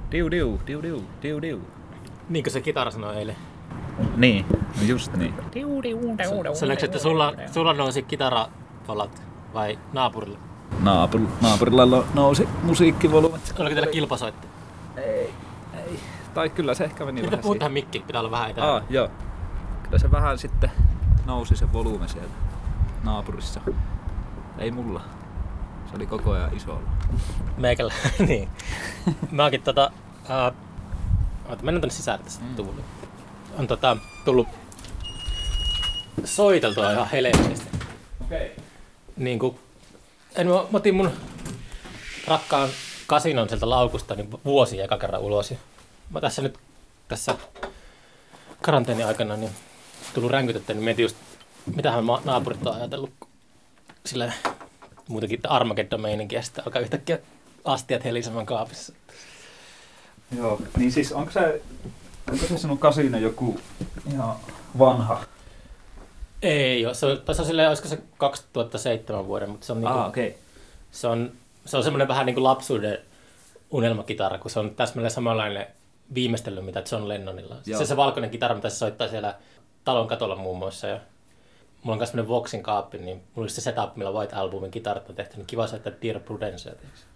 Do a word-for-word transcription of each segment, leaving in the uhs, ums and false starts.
Diu diu, diu diu, diu diu. Niinkö se kitara sanoi eilen? Niin, no just niin. Diu, diu, diu, diu, Sanoiko, että sulla, sulla nousi kitarapalat vai naapurilla? Naapur, naapurilla nousi musiikkivolyymet. Oliko teillä kilpasoitti? Ei, ei. Tai kyllä se ehkä meni Mitä vähän puhut siitä. tähän mikkiin? Pitää olla vähän etäällä. Aa, joo. Kyllä se vähän sitten nousi se volyyme sieltä naapurissa. Ei mulla. Se oli koko ajan isolla. Meikällä, niin. Mä oonkin tota... Uh, oota, mennään tänne sisään tässä mm. tuvulle. On tota tullut soiteltua ihan helveellisesti. Okei. Okay. Niinku... En, mä, mä otin mun rakkaan kasinon sieltä laukusta niin vuosia eka kerran ulos. Ja mä tässä nyt tässä karanteenin aikana niin tullut ränkytettyä, niin mietin just, mitähän naapurit on ajatellut. Sillä muutenkin Armageddon-meininki ja sitten alkaa yhtäkkiä astiat helisemään kaapissa. Joo, niin siis onko se, onko se sinun kasino joku ihan vanha? Ei ole, se on, se on silleen, olisiko se kaksituhattaseitsemän vuoden, mutta se on niinku, ah, okay. se on, se on semmoinen vähän niinku lapsuuden unelmakitara, kun se on täsmälleen samanlainen viimeistely, mitä John Lennonilla on. Se se valkoinen kitara, mitä se soittaa siellä talon katolla muun muassa. Ja mulla on myös semmoinen Voxin kaappi, niin mulla olisi se setup, millä White Albumin kitarat on tehty, niin kiva soittaa Dear Prudence.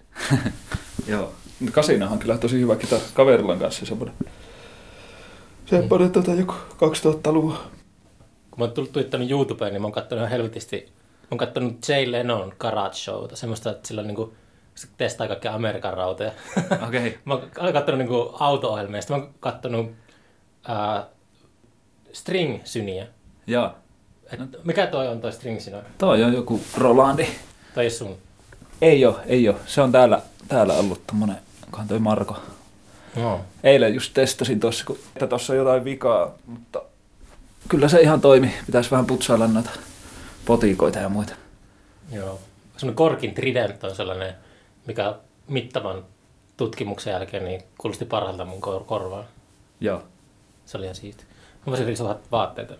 Joo, kasinohan on kyllä tosi hyvä kitara. Kaverilla on kanssa semmoinen. Semmoinen mm. tota joku kaksituhattaluvun. Kun mä oon tullut tuittanut YouTubeen, niin mä oon kattonut ihan helvetisti, mä oon kattonut Jay Lennon Garage Showta, semmoista, että sillä on niinku, se testaa kaikkia Amerikan rautoja. Okei. Okay. Mä oon kattonut niinku auto-ohjelmia, sitten mä oon kattonut uh, String-syniä. Joo. Et mikä toi on toi String-syni? Toi on joku Rolandi. Tai sun? Ei oo, ei oo. Se on täällä, täällä ollut tommonen, onkohan toi Marko. No. Eilen just testasin tossa, kun että tossa on jotain vikaa, mutta kyllä se ihan toimi. Pitäis vähän putsailla noita potikoita ja muita. Joo. Semmoinen Korkin Trident on sellainen, mikä mittavan tutkimuksen jälkeen niin kuulosti parhaalta mun kor- korvaan. Joo. Se oli ihan siisti. Mä voisin riksoa vaatteita.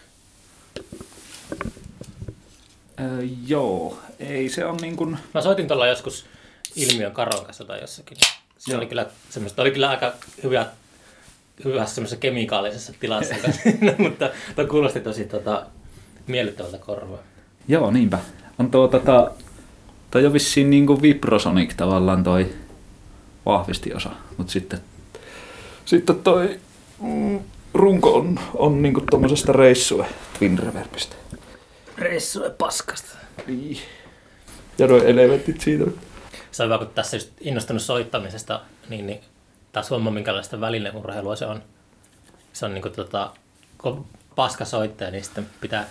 Öö, joo, ei se on niin kuin... Mä soitin tuolla joskus Ilmiön Karon kanssa tai jossakin. Se oli kyllä, oli kyllä aika hyvä, hyvässä semmoisessa kemikaalisessa tilassa, mutta toi kuulosti tosi tota, miellyttävältä korvaa. Joo, niinpä. On tuo tota, toi on vissiin niin kuin Vibrosonic tavallaan toi vahvistiosa, mutta sitten, sitten toi mm, runko on, on niin kuin tommosesta Reissue Twin Reverbistä. Reissue paskasta. Niin. Ja noi elementit siitä. Se on hyvä, kun tässä just innostunut soittamisesta, niin, niin taas huomaa minkälaista välineurheilua se on. Se on niinku tota, kun paska soittaja, niin sitten pitää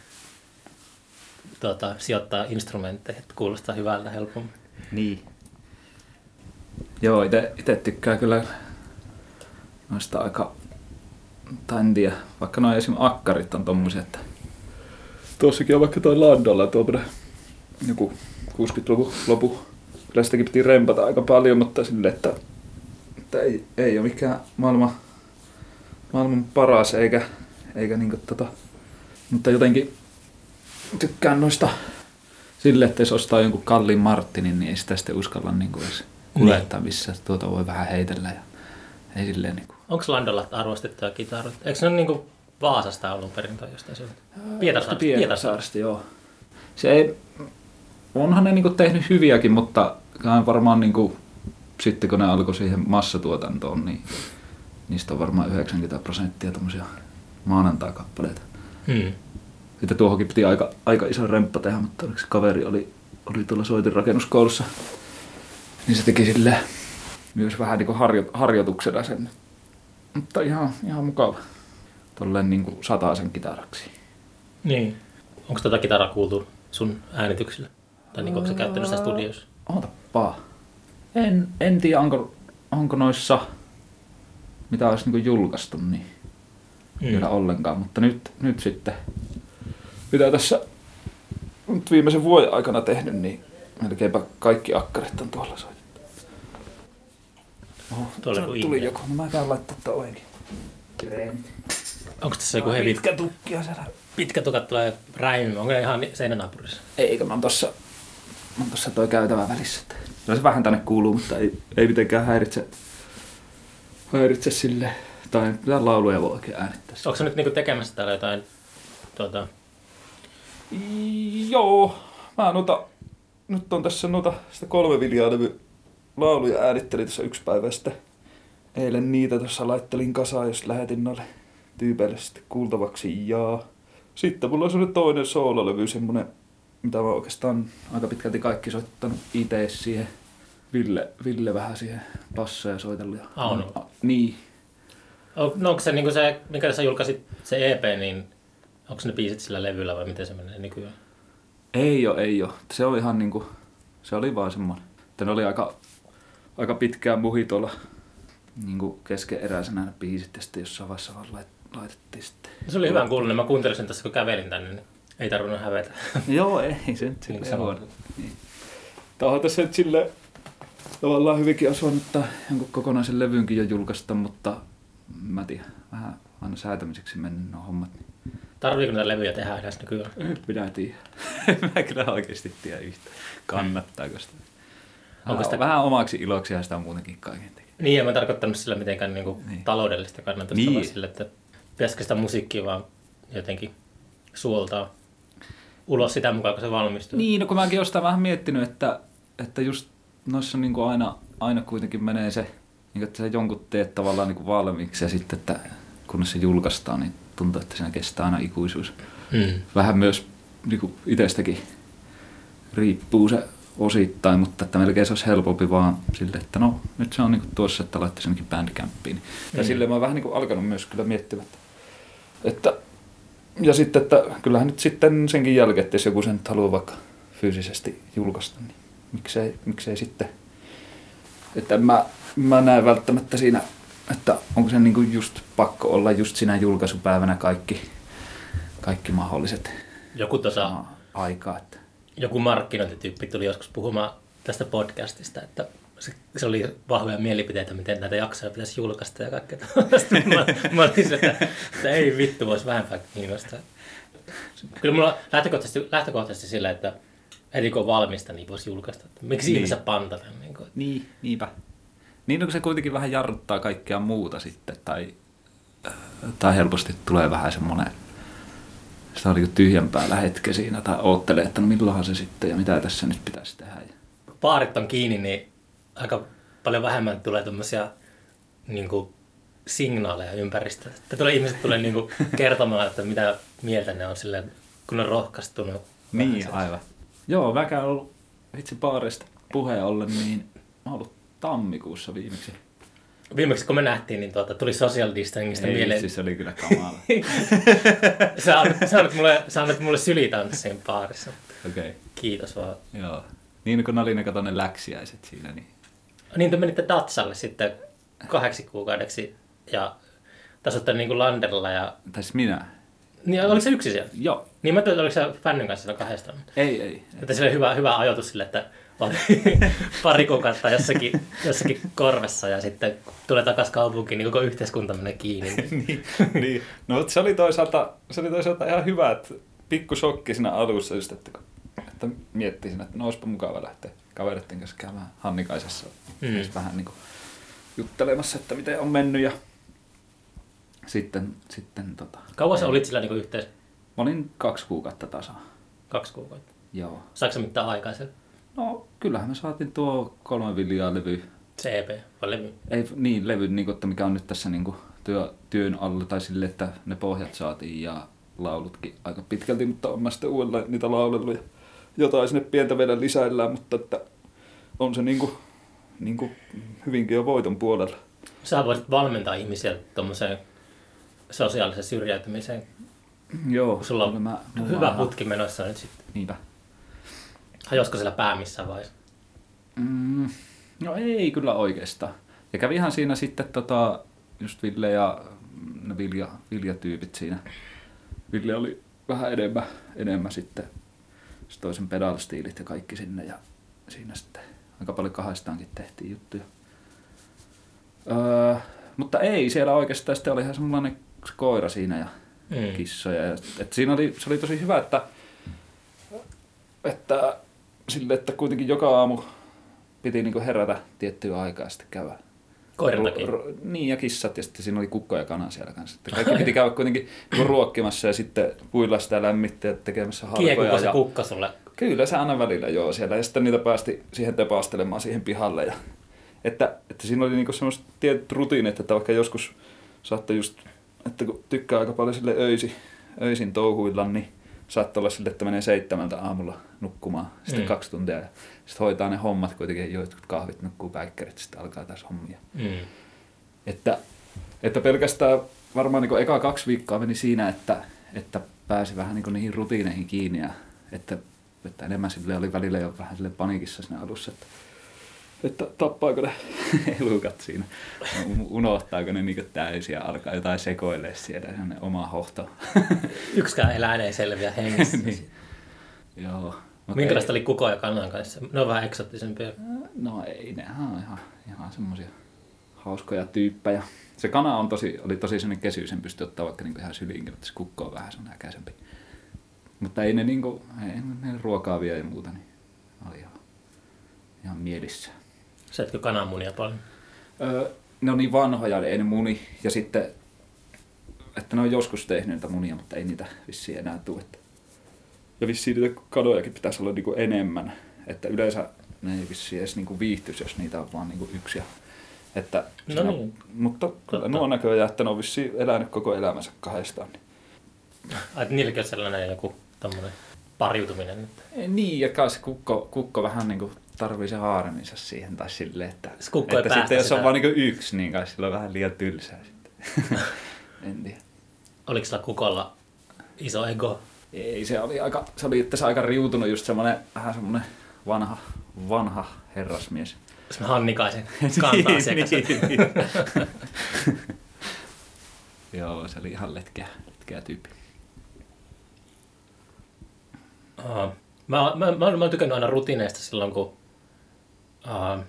tota, sijoittaa instrumentteihin, että kuulostaa hyvältä helpommin. Niin. Joo, ite, ite tykkää kyllä noista aika, tai en tiedä, vaikka noin esimerkiksi akkarit on tommosia, että tuossakin on vaikka toi Landolla tuommoinen joku kuusikymmentäluvun lopu. Kyllä sitäkin piti rempata aika paljon, mutta silleen, että, että ei, ei ole mikään maailman, maailman paras eikä, eikä niinku tota, mutta jotenkin tykkään noista silleen, että jos ostaa jonkun kalliin Martinin, niin ei sitä sitten uskalla niinku edes kuljettaa, missä tuota voi vähän heitellä ja ei silleen niinku. Onko Landolla arvostettuja kitaroita? Eikö ne ole niinku Vaasasta alun perin tai jostain sieltä? Pietarsaaresta. Pietarsaaresta, joo. Se ei, onhan ne niinku tehnyt hyviäkin, mutta varmaan niinku, sitten kun ne alkoi siihen massatuotantoon, niin niistä on varmaan yhdeksänkymmentä prosenttia tommosia maanantai-kappaleita. Hmm. Sitten tuohonkin piti aika, aika iso remppa tehdä, mutta oliko se kaveri oli, oli tuolla soitinrakennuskoulussa, niin se teki silleen myös vähän niinku harjo, harjoituksena sen. Mutta ihan, ihan mukava. Tolleen niinku sataisen kitaraksi. Niin. Onko tätä kitaraa kuultu sun äänityksillä? Tai niin onko sä käyttänyt sitä studiossa? Ootapaa. En, en tiedä, onko, onko noissa, mitä olisi niinku julkaistu, niin mm. vielä ollenkaan. Mutta nyt, nyt sitten, mitä tässä nyt viimeisen vuoden aikana tehnyt, niin melkeinpä kaikki akkarit on tuolla soitettu. Oho, tuli ihme. Joku. No mä käyn laittaa toikin. Onko tässä joku hevi? Pitkä tukkia siellä. Pitkä tukat tulee räimimään. Onko ne ihan seinänaapurissa? Eikö, mä oon tossa, mä oon tossa toi käytävä välissä. No se vähän tänne kuuluu, mutta ei, ei mitenkään häiritse, häiritse silleen. Tai mitään lauluja voi oikein äänittää. Onko se nyt niinku tekemässä täällä jotain tuota... Joo, mä noita, nyt on tässä noita sitä kolme viljaa levy lauluja äänittelin tässä yksi päivä sitten. Eilen niitä tuossa laittelin kasaan, jos lähetin noille tyypeille sitten kuultavaksi. Ja sitten mulla on semmonen toinen soololevy, semmonen, mitä mä oikeastaan aika pitkälti kaikki soittanut itse siihen. Ville, Ville vähän siihen bassoja soitellut. Ja... Ah, no. A, niin. No onko se, niin se, mikä sä julkaisit se E P, niin onko ne biisit sillä levyllä vai miten se menee nykyään? Ei oo, ei oo. Se oli ihan niinku, se oli vaan semmoinen. Ne oli aika, aika pitkään muhi tuolla niinku keskeneräisenä ne biisit ja sitten jossain vaiheessa vaan lait, laitettiin sitten. Se oli hyvän kuulunen. Mä kuuntelin sen tässä kun kävelin tänne, niin ei tarvinnut hävetä. Joo, ei se nyt silleen huono. Niin. Tämä on tässä nyt silleen tavallaan hyvinkin osannut jonkun kokonaisen levynkin jo julkaista, mutta mä tiedän, vähän aina säätämiseksi mennyt nuo hommat. Niin. Tarviiko näitä levyjä tehdä edes nykyään? Minä tiedän. Mä kyllä oikeasti tiedä yhtä. Kannattaako sitä? Onko sitä vähän omaksi iloksi ja sitä on muutenkin kaiken tekee. Niin, en mä tarkoittanut sillä mitenkään niinku niin. taloudellista kannatusta, niin. vaan sillä, että pitäisikö sitä musiikkia vaan jotenkin suoltaa ulos sitä mukaan, kun se valmistuu. Niin, no kun mäkin olen sitä vähän miettinyt, että, että just noissa niin kuin aina, aina kuitenkin menee se, niin että sä jonkun teet tavallaan niin kuin valmiiksi ja sitten, että kun se julkaistaan, niin tuntuu, että siinä kestää aina ikuisuus. Mm. Vähän myös niin kuin itsestäkin riippuu se osittain, mutta että melkein se olisi helpompi vaan sille, että no nyt se on niin kuin tuossa, että laittaisi jonnekin Bandcampiin. Mm. Ja silleen mä oon vähän niin kuin alkanut myös kyllä miettimään, että ja sitten, että kyllähän nyt sitten senkin jälkeen, että jos joku sen nyt haluaa vaikka fyysisesti julkaista, niin miksei, miksei sitten. Että mä, mä näen välttämättä siinä, että onko se niin kuin just pakko olla just siinä julkaisupäivänä kaikki, kaikki mahdolliset joku tosa, aikaa. Että. Joku markkinointityyppi tuli joskus puhumaan tästä podcastista, että se, se oli vahvoja mielipiteitä, miten näitä jaksoja pitäisi julkaista ja kaikkea tällaista. Mä, mä olin sille, että, että ei vittu, voisi vähempää kiinnostaa. Kyllä mulla on lähtökohtaisesti, lähtökohtaisesti sillä, että heti kun on valmista, niin voisi julkaista. Miksi niin. ihmeessä pantata? Niin, kuin. niin, niinpä. Niin, kun se kuitenkin vähän jarruttaa kaikkea muuta sitten, tai, tai helposti tulee vähän semmoinen, sitä on niin tyhjän päällä hetke siinä, tai oottelee, että no milloinhan se sitten, ja mitä tässä nyt pitäisi tehdä. Baarit on kiinni, niin aika paljon vähemmän tulee tommosia niin kuin signaaleja ympäristöstä. Että tulee, ihmiset tulee niin kuin kertomaan, että mitä mieltä ne on silleen, kun on rohkaistunut. Niin, aivan. Joo, mäkään ollut itse baareista puheen ollen, niin mä oon ollut tammikuussa viimeksi. Viimeksi kun me nähtiin, niin tuota, tuli social distancingista mieleen. Ei, siis oli kyllä kamala. sä, annat, sä, annat mulle, sä annat mulle sylitanssin baarissa. Okei. Okay. Kiitos vaan. Joo. Niin kun oli ne kato ne läksiäiset siinä, niin... Niin te menitte Datsalle sitten kahdeksi kuukaudeksi ja tasoitte niin kuin Landerilla ja... Tai siis minä. Niin, oliko se yksi siellä? Joo. Niin mä ajattelin, että oliko se Fännyn kanssa siellä kahdestaan? Ei, ei. Että sillä hyvä, hyvä ajoitus sille, että oli pari kuukautta jossakin, jossakin korvessa ja sitten tulee takaisin kaupunkiin, niin koko yhteiskunta menee kiinni. niin, niin. No mutta se oli toisaalta, se oli toisaalta ihan hyvä, että pikku shokki siinä alussa just, että, että miettisin, että no olisipa mukava lähteä kavereiden kanssa käymään Hannikaisessa mm. vähän niin kuin juttelemassa, että miten on mennyt ja sitten... sitten tota, kauan sä olit sillä niin kuin yhteis? Mä olin kaksi kuukautta tasan. Kaksi kuukautta? Joo. Saatko sä mitään aikaa siellä? No kyllähän me saatiin tuo kolme viljaa levy. C E P vai levy? Ei, niin, levy, niin kuin, että mikä on nyt tässä niin kuin, työ, työn alla tai sille, että ne pohjat saatiin ja laulutkin aika pitkälti, mutta on mä sitten uudelleen niitä laulellut ja jotain sinne pientä vielä lisäillään, mutta että on se niin kuin, niin kuin hyvinkin jo voiton puolella. Sä voisit valmentaa ihmisiä tuommoiseen sosiaaliseen syrjäytymiseen. Joo. Kun sulla on mä, hyvä vähän putki menossa nyt sitten. Niinpä. Hajosko siellä pää missään vaiheessa? Mm, no ei kyllä oikeastaan. Ja kävihän siinä sitten tota, just Ville ja ne Vilja, Vilja-tyypit siinä. Ville oli vähän enemmän, enemmän sitten toisen pedalstiilit ja kaikki sinne ja siinä sitten aika paljon kahdestaankin tehtiin juttuja. Öö, mutta ei, siellä oikeastaan sitten oli ihan semmoinen koira siinä ja mm. kissoja. Ja, et siinä oli, se oli tosi hyvä, että, että, sille, että kuitenkin joka aamu piti niinku herätä tiettyä aikaa ja sitten käydä, Koiran takia. ro- niin, ja kissat, ja sitten siinä oli kukko ja kana siellä kanssa. Että kaikki piti käydä kuitenkin niin ruokkimassa ja sitten puilla sitä lämmittää ja tekemässä harkoja. Kiekuuko se ja... kukka sulle? Kyllä se aina välillä joo siellä, ja sitten niitä päästi siihen tepastelemaan siihen pihalle. Ja... Että, että siinä oli niinku semmoiset tietyt rutiinit, että vaikka joskus saattoi just, että kun tykkää aika paljon sille öisi, öisin touhuilla, niin saattoi olla sille, että menee seitsemältä aamulla nukkumaan, sitten mm. kaksi tuntia ja sitten hoitaa ne hommat kuitenkin, jotkut kahvit nukkuu päikkärit, sitten alkaa taas hommia. Mm. Että, että pelkästään varmaan niin eka kaksi viikkoa meni siinä, että, että pääsi vähän niin niihin rutiineihin kiinni ja että, että enemmän sille oli välillä jo vähän sille paniikissa siinä alussa, että, että tappaako ne elukat siinä, unohtaako ne niin täysin ja alkaa jotain sekoilee siellä ja oma hohto. Yksikään eläin ei selviä hengissä. Niin. Joo. Minkälaista ei... oli kuko ja kanan kanssa? Ne on vähän eksottisempia. No ei, ne on ihan, ihan semmosia hauskoja tyyppejä. Se kana on tosi, oli tosi sellainen kesy, sen pystyi ottaa vaikka niinku ihan syliinkin, mutta se kukko on vähän sellainen äkäisempi. Mutta ei ne, niinku, ei ne ruokaa vie ja muuta, niin oli ihan, ihan mielissä. Syötkö kananmunia paljon? Öö, ne on niin vanhoja, niin ei ne muni. Ja sitten, että ne on joskus tehnyt niitä munia, mutta ei niitä vissiin enää tule. Että... Ja vissiin niitä kanojakin pitäisi olla niinku enemmän. Että yleensä ne ei vissiin edes niinku viihtyisi, jos niitä on vaan niinku yksi. Että no siinä, niin. Mutta kyllä nuo näköjään, että ne on vissiin elänyt koko elämänsä kahdestaan. Niin. Ai, että niilläkin on sellainen joku tommonen pariutuminen. Että... Niin, ja kai se kukko, kukko vähän niinku tarvii se haareminsa siihen tai silleen, että, se kukko että sitten jos sitä... on vaan niinku yksi, niin kai sillä on vähän liian tylsää sitten. En tiedä. Oliko sillä kukolla iso ego? Ei, se oli aika, se oli itse aika riutunut just semmonen, vähän semmonen vanha, vanha herrasmies. Semmoinen Hannikaisen kanta-asiakas. niin, niin. Joo, se oli ihan letkeä, letkeä tyyppi. Uh, mä, mä, mä, mä oon tykännyt aina rutiineista silloin, kun uh,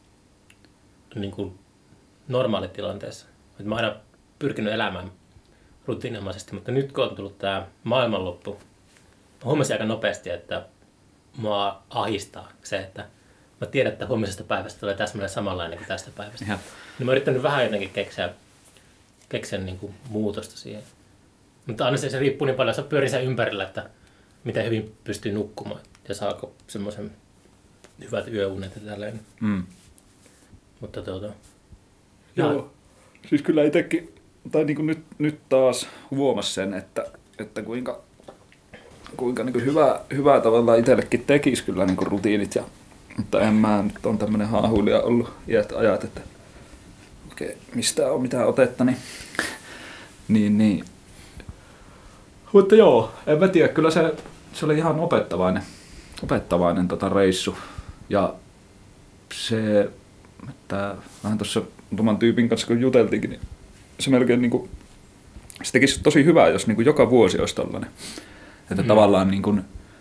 niin kuin normaalitilanteessa. Et mä oon aina pyrkinyt elämään rutiininomaisesti, mutta nyt kun on tullut tää maailmanloppu, mä huomasin aika nopeasti, että mua ahistaa se, että mä tiedän, että huomisesta päivästä tulee täsmälleen samanlainen kuin tästä päivästä. Ja. Niin mä oon yrittänyt vähän jotenkin keksiä, keksiä niin kuin muutosta siihen. Mutta aina se, se riippuu niin paljon, se pyörii sen ympärillä, että miten hyvin pystyy nukkumaan ja saako semmoisen hyvät yöunet ja tälleen. Mm. Mutta tuota... Joo, ja... siis kyllä itsekin, tai niin kuin nyt, nyt taas huomasi sen, että, että kuinka, kuinka niin kuin hyvä, hyvää tavallaan itsellekin tekisi kyllä niin kuin rutiinit. Ja, mutta en mä nyt on tämmöinen haahuilija ollut iät ajat, että okei, okay, mistä on mitään otetta, niin, niin, niin. Mutta joo, en mä tiedä, kyllä se, se oli ihan opettavainen, opettavainen tota reissu. Ja se, että vähän tuossa muutaman tyypin kanssa kun juteltiinkin, niin se melkein niinku, se tekisi tosi hyvää, jos niinku joka vuosi olisi tollainen. Että mm. tavallaan niinku,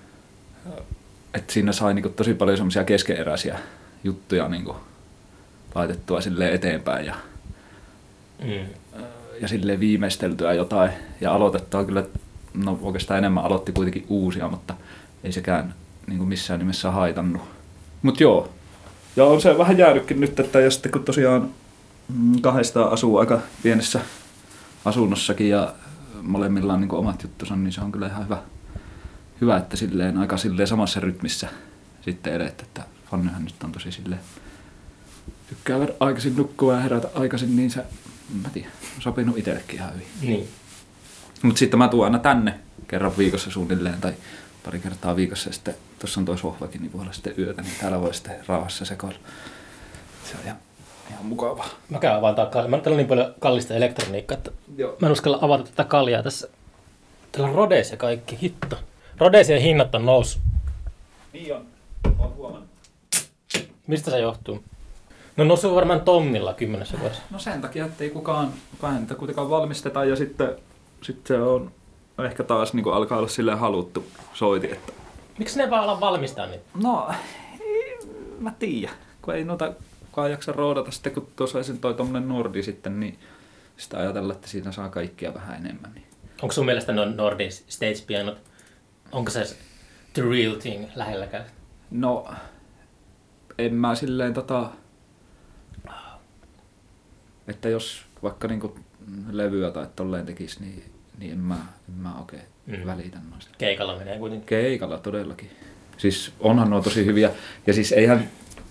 että siinä sai niinku tosi paljon semmoisia keskeneräisiä juttuja niinku laitettua silleen eteenpäin ja, mm. ja silleen viimeisteltyä jotain ja aloitettua kyllä, no oikeastaan enemmän aloitti kuitenkin uusia, mutta ei sekään niinku missään nimessä haitannut. Mut joo, ja on se vähän jäänytkin nyt, että ja sitten kun tosiaan kahdestaan asuu aika pienessä asunnossakin ja molemmilla on niin kuin omat juttunsa, niin se on kyllä ihan hyvä, hyvä että silleen, aika silleen samassa rytmissä sitten edet, että Fannyhan nyt on tosi silleen tykkää aikaisin nukkua ja herätä aikaisin, niin se, mä tiedän, on sopinut itsellekin ihan hyvin. Niin. Mutta sitten mä tuon aina tänne kerran viikossa suunnilleen tai pari kertaa viikossa ja sitten tuossa on toi sohvakin, niin voi olla sitten yötä, niin täällä voi sitten rauhassa sekoilla. Se on ihan, ihan mukavaa. Mä käyn avaan tää kaljaa. Täällä on niin paljon kallista elektroniikkaa, että Joo. mä en uskalla avata tätä kaljaa tässä. Täällä on Rhodes ja kaikki, hitto. Rhodesien hinnat on noussut. Niin on, oon huomannut. Mistä se johtuu? No noussut varmaan tonnilla kymmenessä vuodessa. No sen takia, ettei kukaan, kukaan niitä kuitenkaan valmisteta ja sitten, sitten se on ehkä taas niin kuin alkaa olla silleen haluttu soiti, että... Miksi ne vaan ala valmistaa niitä? No, ei, mä tiedä. Kun ei noita kukaan jaksa roodata sitten, kun tuossa sen toi tommonen Nordi sitten, niin sitä ajatella, että siinä saa kaikkia vähän enemmän. Niin. Onko sun mielestä no Nordi stage-pianot, onko se the real thing lähelläkään? No, en mä silleen tota... että jos vaikka niinku levyä tai tolleen tekisi, niin, niin en, mä, en mä oikein mm. välitä noista. Keikalla menee kuitenkin. Keikalla todellakin. Siis onhan nuo tosi hyviä. Ja siis eihän,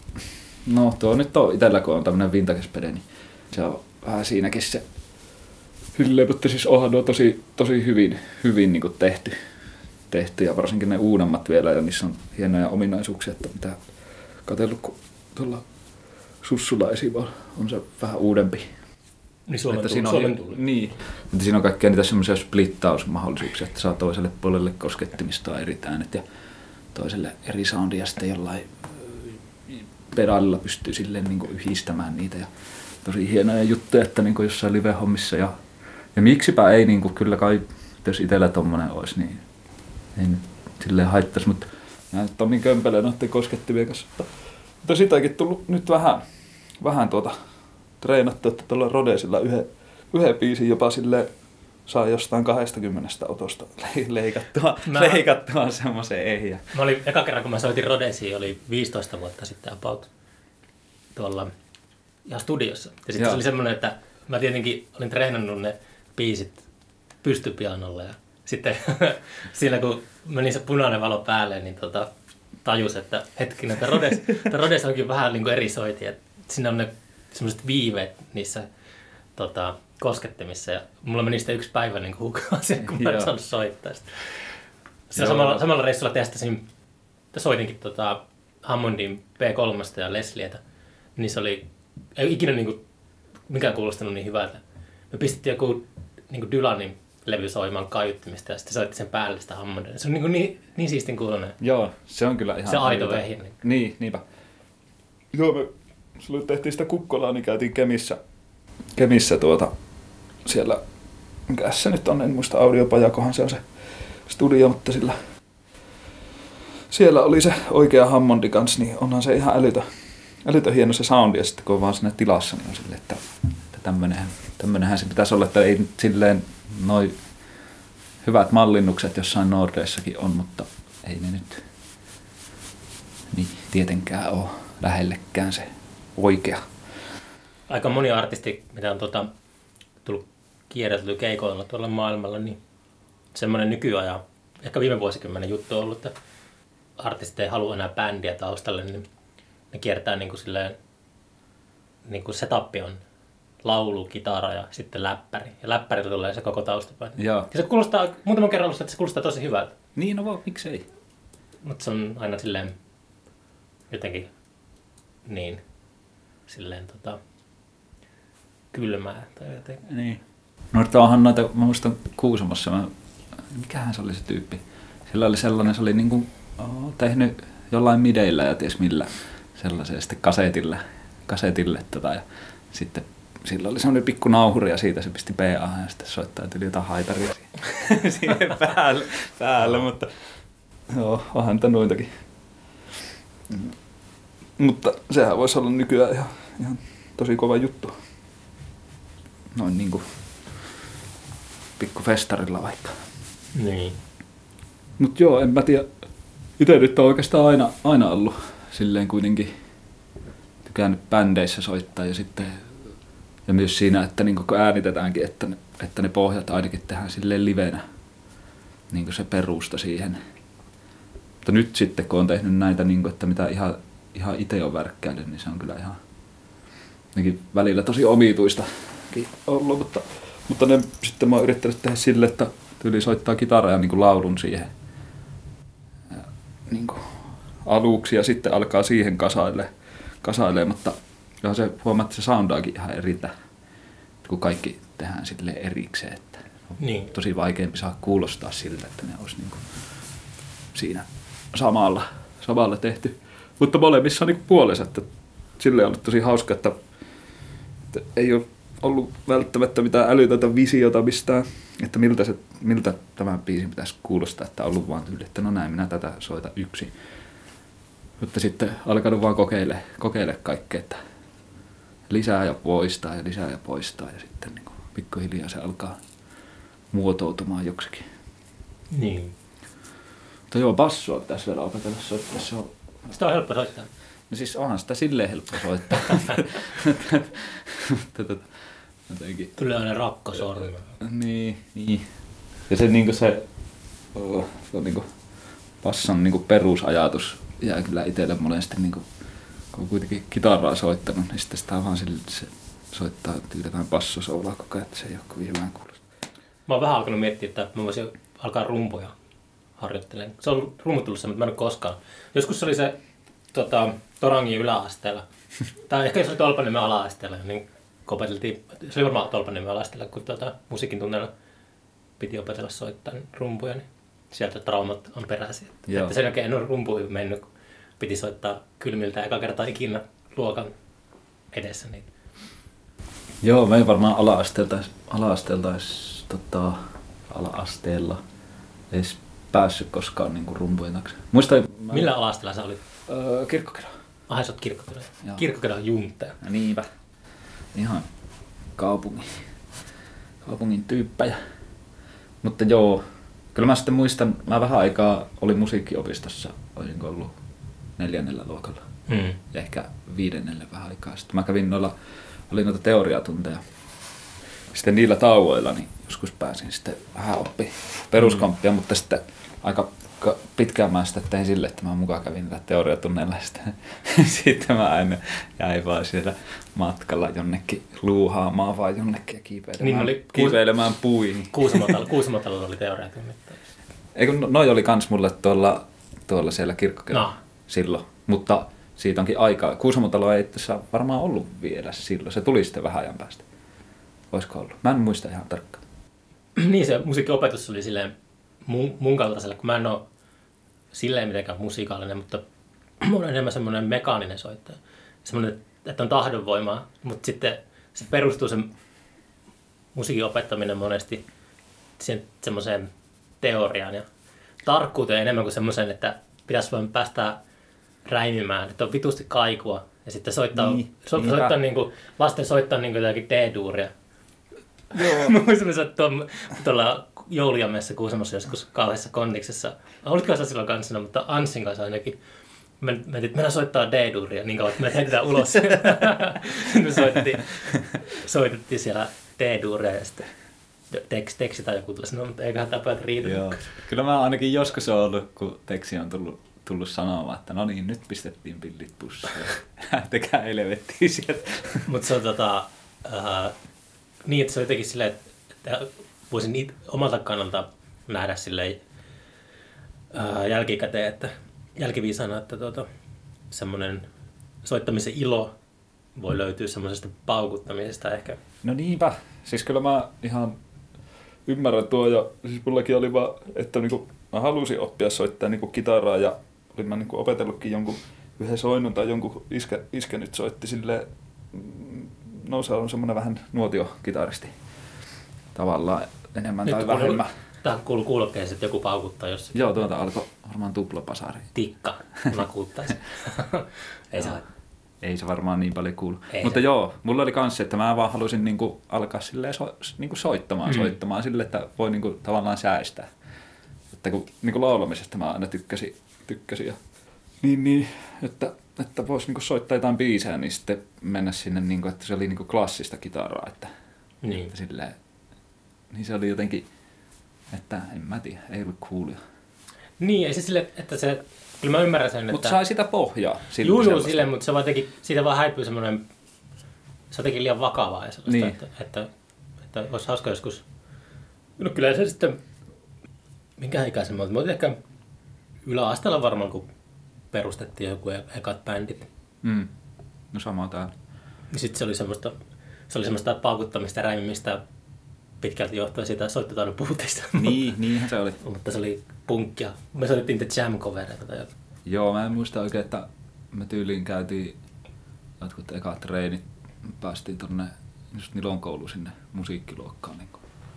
no tuo nyt on itsellä, kun on tämmönen vintage-pede, niin se on vähän siinäkin se silleen, mutta siis onhan nuo tosi, tosi hyvin, hyvin niin kuin tehty. tehty. Ja varsinkin ne uudemmat vielä, ja niissä on hienoja ominaisuuksia, että mitä katsellut, kun tuolla Sussulla esim. On se vähän uudempi. Niin Suomen, että tullut, siinä on, Suomen tullut. Niin, että siinä on kaikkia niitä semmoisia splittausmahdollisuuksia, että saa toiselle puolelle koskettimista eri äänet ja toiselle eri soundia ja sitten jollain pedaalilla pystyy silleen niin kuin yhdistämään niitä ja tosi hienoja juttuja, että niin kuin jossain live-hommissa ja, ja miksipä ei niin kuin kyllä kai, jos itsellä tommonen olisi, niin ei nyt silleen haittaisi, mutta nämä nyt on niin kömpelejä noiden koskettimien kanssa. Mutta sitäkin tullut nyt vähän, vähän tuota treenattu, että tuolla Rodesilla yhden, yhden biisin jopa silleen saa jostain kahdestakymmenestä otosta leikattua, mä... leikattua semmoiseen ehjä. Mä olin, eka kerran kun mä soitin Rodesiin, oli viisitoista vuotta sitten about tuolla ihan studiossa. Ja sitten se oli semmoinen, että mä tietenkin olin treenannut ne biisit pystypianolla ja sitten siinä kun meni se punainen valo päälle, niin tota, tajus, että hetkinen, että Rodes, että Rodes onkin vähän niin kuin eri soiti, että siinä on ne semmoiset viiveet niissä tota, koskettimissa ja mulla meni sitten yksi päivä niin hukaan siihen, kun mä en saanut soittaa. Siinä samalla, samalla reissulla testasin, soitinkin tota Hammondin P kolme ja Leslietä, niin se oli, ei ikinä niin kuin, mikään kuulostanut niin hyvältä. Me pistettiin joku niin kuin Dylanin levy soimaan kaiuttimista ja sitten soitti sen päälle sitä Hammondia. Se on niin, niin, niin siistin kuulonen. Joo, se on kyllä ihan... Se aito vehi. Niin. niin, niinpä. Joo, me sulle tehtiin sitä Kukkolaa, niin käytiin Kemissä, Kemissä tuota, siellä, mikäs se nyt on, en muista audiopajakohan se on se studio, mutta sillä, siellä oli se oikea Hammondi kanssa, niin onhan se ihan älytön, älytön hieno se soundi, ja sitten kun on vaan siinä tilassa, niin on silleen, että, että tämmönenhän, tämmönenhän se pitäisi olla, että ei nyt silleen noi hyvät mallinnukset jossain Nordeissakin on, mutta ei ne nyt niin tietenkään ole lähellekään se oikea. Aika moni artisti, mitä on tuota, tullut kierreltyä keikoilla tuolla maailmalla, niin semmoinen nykyajan, ehkä viime vuosikymmenen juttu on ollut, että artistit ei halua enää bändiä taustalle, niin ne kiertää niin kuin silleen, niin kuin setup on laulu, kitara ja sitten läppäri. Ja läppärillä tulee se koko taustapäin. Ja se kuulostaa, muutaman kerran ollut, että se kuulostaa tosi hyvältä. Niin, no vaan, miksei. Mutta se on aina silleen jotenkin niin silleen tota kylmää tai jotenkin. Niin. No onhan noita, mä muistan Kuusamossa, mä, mikähän se oli se tyyppi. Sillä oli sellainen, se oli niinku oh, tehnyt jollain mideillä ja ties millä sellaisen ja sitten kasetille, kasetille tota, ja sitten sillä oli semmoinen pikku nauhuri ja siitä se pisti P A ja sitten soittaa tuli jotain haitaria siihen, siihen päälle, päälle mutta joo, onhan niitä noitakin. Mm. Mutta sehän voisi olla nykyään ihan, ihan tosi kova juttu. Noin niinku pikku festarilla vaikka. Niin. Mut joo, en mä tiedä. Ite nyt on oikeastaan aina, aina ollut silleen kuitenkin tykännyt bändeissä soittaa ja sitten ja myös siinä, että niin kun äänitetäänkin, että ne, että ne pohjat ainakin tehdään silleen livenä, niin kuin se perusta siihen. Mutta nyt sitten, kun on tehnyt näitä, niin kuin, että mitä ihan, ihan itse on värkkäillyt, niin se on kyllä ihan välillä tosi omituistakin ollut. Mutta, mutta ne sitten mä oon yrittänyt tehdä sille, että tyyli soittaa kitaraa ja niin kuin laulun siihen ja, niin kuin aluksi ja sitten alkaa siihen kasaille, kasailee, mutta ja se huomaa, että se soundaakin ihan eritä, kun kaikki tehdään silleen erikseen, että on niin. Tosi vaikeampi saa kuulostaa siltä, että ne olisi niin kuin siinä samalla, samalla tehty. Mutta molemmissa on niin puolensa, että silleen on ollut tosi hauska, että, että ei ole ollut välttämättä mitään älytöntä visiota mistään, että miltä, se, miltä tämän biisin pitäisi kuulostaa, että on ollut vaan tyyli, että no näin minä tätä soita yksin. Mutta sitten alkanut vaan kokeile, kokeile kaikkea, että lisää ja poistaa ja lisää ja poistaa ja sitten niin kuin pikkuhiljaa se alkaa muotoutumaan joksikin. Niin. Mutta joo, bassoa pitäisi vielä opetella soittaa. Se on... Sitä on helppo soittaa. No siis onhan sitä silleen helppo soittaa. Mutta tota, jotenkin... Tulee aina rakkasormi. Niin, niin. Ja se niinku se, oh, se on niinku basson niinku perusajatus jää kyllä itselle monesti niinku, kun on kuitenkin kitaraa soittanut, niin sitten sitä vaan sille, se soittaa tyydytään bassosoulaa koko ajan, että se ei ole kovin hyvän kuulosta. Mä oon vähän alkanut miettiä, että mä voisin alkaa rumpuja harjoittelemaan. Se on rummuttelussa, mutta mä en ole koskaan. Joskus se oli se tota, Torangin yläasteella. Tai ehkä se oli Tolpaniemen ala-asteella, niin opeteltiin, se oli varmaan Tolpaniemen ala-asteella, kun tuota, musiikin tunnella piti opetella soittaa rumpuja, niin sieltä traumat on peräisin. Että, että sen jälkeen en ole rumpuihin mennyt, kun piti soittaa kylmiltä eka kertaa ikinä luokan edessä. Niin. Joo, me ei varmaan ala-asteelta, ala-asteelta edes, tota, ala-asteella edes päässyt koskaan niin rumpujen taakse. Muista, mä... Millä ala-asteella sä olit? Öö, Kirkkokylä. Ai sä oot Kirkkokylä. Kirkkokylä on juntteja. No niinpä. Ihan kaupungin, kaupungin tyyppejä. Mutta joo, kyllä mä sitten muistan, mä vähän aikaa olin musiikkiopistossa, olisinko ollut neljännellä luokalla. Mm. Ja ehkä viidennelle vähän aikaa. Sitten mä kävin noilla, oli noita teoriatunteja. Sitten niillä tauoilla niin joskus pääsin sitten vähän oppi peruskomppia, mm. mutta sitten aika pitkään mä sitten tein sille, että mä mukaan kävin niillä teoriatunneilla. Sitten, sitten mä aina jäin vaan siellä matkalla jonnekin luuhaamaan vaan jonnekin ja kiipeilemään, niin oli kiipeilemään puihin. Kuusamotalla oli teoriatunnit. Eikö noi oli kans mulle tuolla, tuolla siellä Kirkkokylällä no. silloin, mutta siitä onkin aikaa. Kuusamotalo ei tässä varmaan ollut vielä silloin, se tuli sitten vähän ajan päästä. Olisiko ollut? Mä en muista ihan tarkkaan. Niin se musiikkiopetus oli silleen mun, mun kaltaisella, kun mä en ole silleen mitenkään musiikaalinen, mutta mulla on enemmän semmoinen mekaaninen soittaja. Semmoinen, että on tahdonvoimaa, mutta sitten se perustuu sen musiikin opettaminen monesti siihen semmoiseen teoriaan ja tarkkuuteen enemmän kuin semmoiseen, että pitäisi vain päästä räimimään, että on vitusti kaikua ja sitten soittaa, niin, so, soittaa niin kuin, lasten soittaa niin kuin jotakin D-duuria. Joo. Mä muistin soittaa tuolla joulujammessa Kuusamossa joskus kauheassa kondiksessa. Olitko sä silloin kanssana, mutta Anssin kanssa ainakin. Mä mietin, että mennään soittaa D-duuria niin kauan, että me heitetään ulos. me soitettiin, soitettiin siellä D-duuria ja sitten teksti, teksti tai joku tuli sanoa, mutta eiköhän tämä päät riitä. Joo. Kyllä mä ainakin joskus on ollut, kun teksti on tullut, tullut sanomaan, että no niin, nyt pistettiin pillit pussiin. Tekää helvettiin sieltä. Mutta se on tota, uh, niin, että se on jotenkin silleen, että voisin it, omalta kannalta nähdä silleen uh, jälkikäteen, että jälkiviisana, että tuota, semmoinen soittamisen ilo voi löytyä semmoisesta paukuttamisesta ehkä. No niinpä. Siis kyllä mä ihan ymmärrän tuo ja siis mullakin oli vaan, että niinku, mä halusin oppia soittaa niinku kitaraa ja olin mä niinku opetellutkin jonkun yhden soinnun tai jonkun iskä, iskä nyt soitti silleen, no se on semmoinen vähän nuotiokitaristi tavallaan enemmän nyt tai vähemmän. Tähän kuuluu kuulokkeeseen, että joku paukuttaa jossakin. Joo, tuota alkoi varmaan tuplapasari. Tikka nakuuttaisi. Ei saa. Ei se varmaan niin paljon kuulu. Ei mutta se. Joo, mulla oli kans se, että mä vaan halusin niinku alkaa silleen so, niinku soittamaan, mm. soittamaan sille, että voi niinku tavallaan säästää. Että kun niinku laulamisesta mä aina tykkäsin, tykkäsin ja niin, niin että, että voisi niinku soittaa jotain biisejä, niin sitten mennä sinne, niinku, että se oli niinku klassista kitaraa. Että, niin. Että silleen, niin se oli jotenkin, että en mä tiedä, ei ollut coolia. Niin, ei se sille, että se, kyllä mä ymmärrän sen, että... Mutta sai sitä pohjaa. Juu, juu, silleen, mutta se vaan teki, siitä vaan häipyy semmoinen, se teki liian vakavaa ja sellaista, niin. että, että, että olisi hauska joskus. No kyllä se sitten, minkä ikäisen mä olin, mä olin ehkä yläasteella varmaan, kun perustettiin joku ekat bändit. Mm. No sama täällä. Sitten se oli semmoista, se oli semmoista paukuttamista ja räimimistä pitkälti johtuen siitä soittotaidon puutteista. Niin, niinhän se oli. Mutta se oli punkkia. Me soitettiin The Jam-covereita tai jotain. Joo, mä en muista oikein, että me tyyliin käytiin jotkut ekat treenit. Päästiin tonne just Nilon kouluun sinne musiikkiluokkaan. Niin,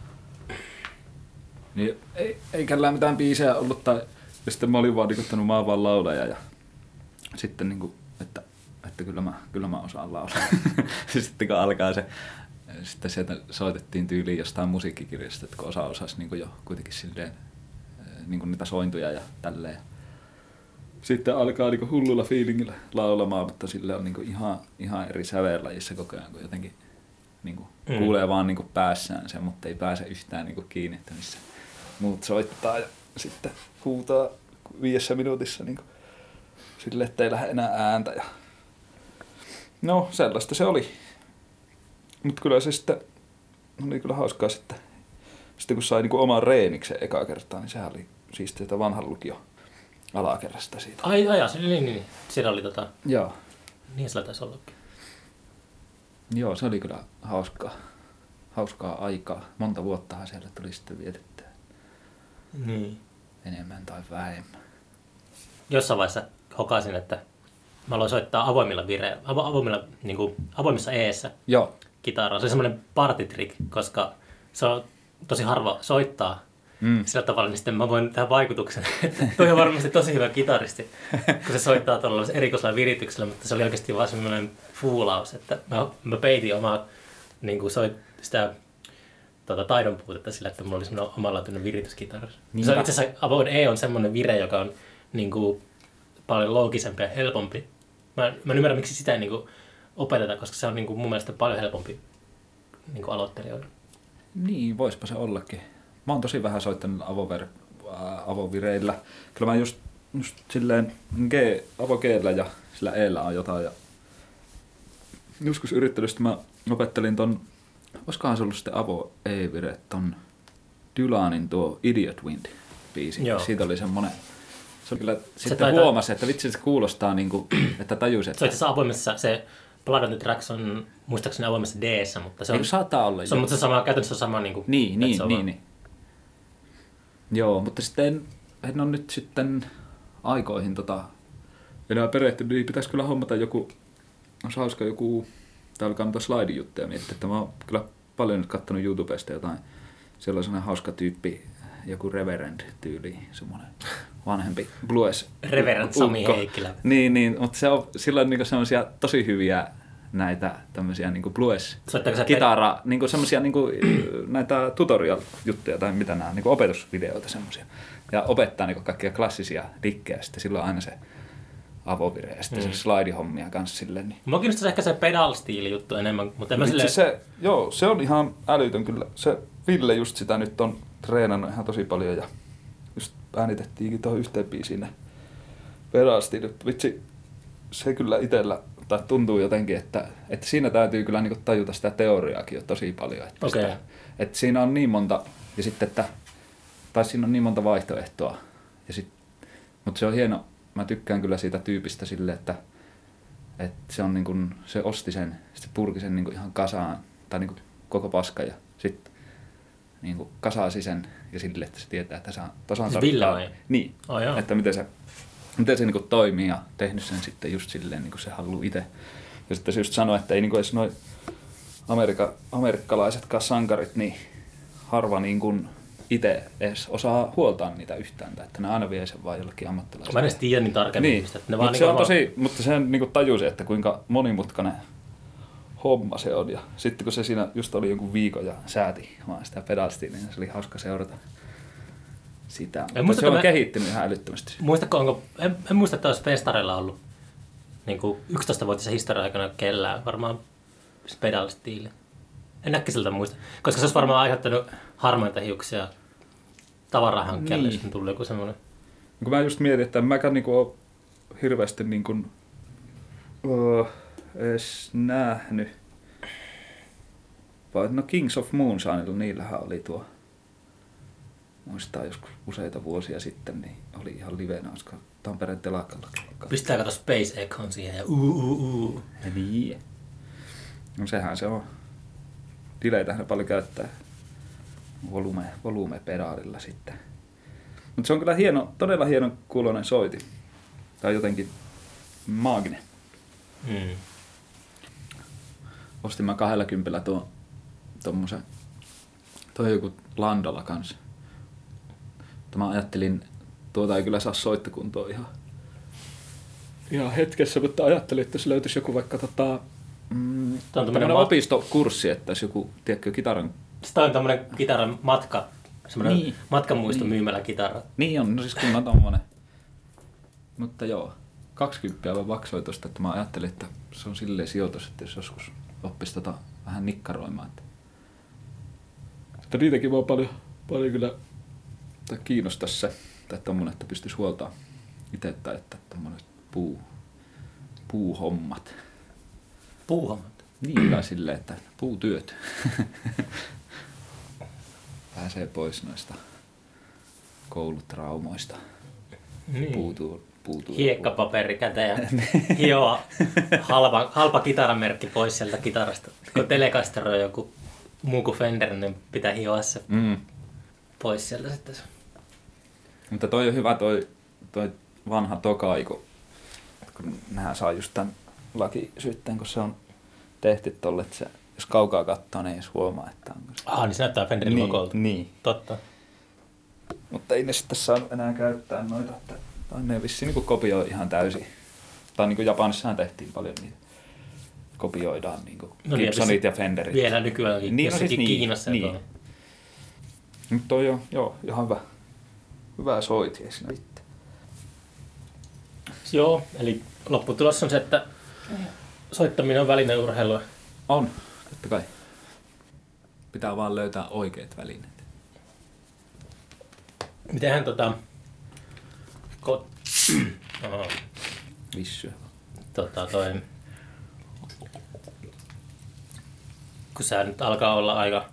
niin ei, ei kellään mitään biisejä ollut. Tai, ja sitten mä olin vaan dikottanut, mä oon vaan laulaja. Ja sitten niin kuin, että, että kyllä, mä, kyllä mä osaan laulaa. Sitten kun alkaa se, sitten sieltä soitettiin tyyliin jostain musiikkikirjasta, että kun osa osasi niin kuin jo kuitenkin silleen, niin kuin niitä sointuja ja tälleen. Sitten alkaa niin hullulla fiilingillä laulamaan, mutta sille on niin ihan, ihan eri sävellajissa koko ajan, kun jotenkin niin kuin, Mm. kuulee vaan niin kuin päässään sen, mutta ei pääse yhtään niin kuin kiinni, että missä muut soittaa ja sitten huutaa viidessä minuutissa niin kuin, sille, ettei lähde enää ääntä. Ja... No sellaista se oli. Mutta kyllä se sitten oli kyllä hauskaa sitten, sitten kun sai niin kuin oman reeniksen ekaa kertaa, niin sehän oli siistiä vanhan lukio alakerrasta siitä. Ai, ai, se, niin, niin, niin. Siellä oli tota, Joo. niin sillä taisi ollakin. Joo, se oli kyllä hauskaa, hauskaa aikaa. Monta vuottahan siellä tuli sitten vietettyä. Niin. Enemmän tai vähemmän. Jossain vaiheessa hokasin, että mä aloin soittaa avoimilla vireillä, avo, avoimilla, niin kuin, avoimissa eessä Joo. kitaraa. Se oli semmoinen partitrik, koska se on tosi harva soittaa Mm. sillä tavalla, niin sitten mä voin tehdä vaikutuksen, että toi on varmasti tosi hyvä kitaristi, kun se soittaa tuolla erikoisella virityksellä, mutta se oli oikeasti vaan semmoinen fuulaus, että mä, mä peitin omaa niin kuin soit, sitä tota, taidon puutetta sillä, että mulla oli semmoinen omanlaatuinen virityskitara. Niin Se on itse asiassa avoin E on semmoinen vire, joka on niin kuin, paljon loogisempi ja helpompi. Mä, mä en ymmärrä, miksi sitä ei niin kuin, opeteta, koska se on niin kuin, mun mielestä paljon helpompi niin kuin aloittelijoille. Niin, voispa se ollakin. Mä oon tosi vähän soittanut avover, äh, avovireillä. Kyllä mä just, just silleen G, avo G:llä ja sillä E:llä on jotain. Ja joskus yrittelystä mä opettelin ton, olisikohan se ollut sitten avo E-vire, ton Dylanin tuo Idiot Wind biisi. Joo. Siitä oli semmonen, se kyllä sitten taitaa- huomasi, että vitsi se kuulostaa niinku, että tajusi, Se on että itse asiassa avoimessa, se Blood on the Tracks on muistaakseni avoimessa D-ssä, mutta se on, eikö saattaa olla. se on, joo. mutta se sama, käytännössä on sama niin kuin, Niin, että niin, se on niin, vaan- niin. Joo, mutta sitten en, en ole nyt sitten aikoihin tota, enää perehtynyt, niin pitäisi kyllä hommata joku, olisi hauska joku, tää alkaa noita slide-juttuja miettiä, että mä oon kyllä paljon nyt kattonut YouTubesta jotain, siellä on sellainen hauska tyyppi, joku Reverend-tyyli, semmoinen vanhempi blues. Reverend Sami ukko. Heikkilä. Niin, niin, mutta se on, sillä on niinku semmoisia tosi hyviä näitä tämmöisiä niinku blues Soittaako se kitara, niinku semmoisia niinku, näitä tutorial-juttuja tai mitä nämä, niinku opetusvideoita semmoisia. Ja opettaa niinku kaikkia klassisia dikkejä, sitten silloin aina se avovire ja sitten Mm. se slide-hommia kanssa silleen. Niin. Mua kiinnostaisi ehkä se pedal-stiili juttu enemmän, mutta en mä Itse sille... se, joo, se on ihan älytön kyllä. Se Ville just sitä nyt on treenannut ihan tosi paljon ja just äänitettiinkin tuohon yhteen biisiin ne pedal-stiilit. Vitsi, se kyllä itsellä tai tuntuu jotenkin, että, että siinä täytyy kyllä niinku tajuta sitä teoriaakin jo tosi paljon. Että, Okei. sitä, että siinä on niin monta, ja sitten, että, tai siinä on niin monta vaihtoehtoa. Ja sit, mutta se on hieno, mä tykkään kyllä siitä tyypistä sille, että, että se, on niin kuin, se osti sen, se purki sen niin kuin ihan kasaan, tai niin kuin koko paska, ja sitten niin kuin kasasi sen, ja sille, että se tietää, että saa tasan Siis Ville vai? Niin, Oh, joo. että miten se, miten se niin kuin toimii, ja tehnyt sen sitten just silleen, niin kuin se haluaa itse. Ja sitten se just sanoi, että ei niin kuin edes noi Amerika, amerikkalaisetkaan sankarit, niin harva niin kuin itse edes osaa huoltaa niitä yhtään, tai että ne aina vie sen vaan jollekin ammattilaiselle. Mä en edes tiedä niin tarkemmin Niin, mistä. Että ne mutta vaan se on niinku tosi, mutta sen niin tajusi, että kuinka monimutkainen homma se on. Ja sitten kun se siinä just oli jonkun viikon ja sääti vaan sitä pedalstiilia, niin se oli hauska seurata sitä. Mutta muista, se on että me- kehittynyt ihan älyttömästi. Muistatko, onko, en, en muista, että olisi festareilla ollut niin kuin yksitoistavuotisen historian aikana kellään varmaan pedal-stiili. En äkkiseltä muista, koska se olisi varmaan aiheuttanut harmaita hiuksia tavarahankkeelle, Niin. jos tuli joku semmoinen. Kun mä just mietin, että en mäkään niinku ole hirveästi niinku, öö, edes nähnyt. Vai no Kings of Moonshinella, niillähän oli tuo, muistaa joskus useita vuosia sitten, niin oli ihan livenä, olisiko Tampereen telakalla. Pistää kato Space Econ siihen ja uu uu uu. Ja niin. No sehän se on. Dileitähän ne paljon käyttää volume, volumepedaalilla sitten. Mutta se on kyllä hieno, todella hieno kuuloinen soiti. Tai jotenkin maaginen. Mm. Ostin mä kahdella kympillä tuon tommosen, toi joku Landolla kanssa. Mutta mä ajattelin, tuota ei kyllä saa soittokuntoon ihan, ihan hetkessä, mutta ajattelin, että jos löytyisi joku vaikka tota, mm, tämmönen mat- opistokurssi, että jos joku, tiedätkö, kitaran. Sitten on tämmöinen kitaran matka, semmoinen Niin. matkamuisto Niin. myymällä kitara. Niin on, no siis kunnan tommonen. Mutta joo, kaksikymmentä vaan maksoi tosta, että mä ajattelin, että se on silleen sijoitus, että jos joskus oppisi tota vähän vähän nikkaroimaan. Että, että niitäkin vaan paljon, paljon kyllä tai kiinnostaisi se, tai tommonen, että pystyisi huoltaa itse, tai että tommonet puu, puuhommat. Puuhommat? Niin, tai silleen, että puutyöt. Pääsee pois noista koulutraumoista. Niin. Puutuu, puutuu. Hiekkapaperi käteen ja hioa halpa, halpa kitaramerkki pois sieltä kitarasta. Kun Telecaster on joku muu kuin Fender, niin pitää hioa se Mm. pois sieltä sitten. Mutta toi on hyvä toi, toi vanha Tokai, kun, kun nehän saa just tämän lakisyytteen, kun se on tehty tolle, että se, jos kaukaa katsoo, niin ei edes huomaa, että onko se. Ah, niin se näyttää Fenderin niin, logolta. niin. Totta. Mutta ei ne sitten saa enää käyttää noita, että tai ne vissiin niin kopioi ihan täysin. Tai niin kuin Japanissahan tehtiin paljon niitä. Kopioidaan niin kuin No niin, Gibsonit ja Fenderit. Vielä nykyäänkin Niin, no jossakin siis niin, Kiinassa. niin. Mutta toi on, joo, ihan hyvä. Hyvä soiti, ei siinä mitään. Joo, eli lopputulos on se, että soittaminen on välineurheilua. On, totta kai. Pitää vaan löytää oikeat välineet. Mitenhän tota... Ko... Oho, Vissyä. tota toi... Kun sä nyt alkaa olla aika...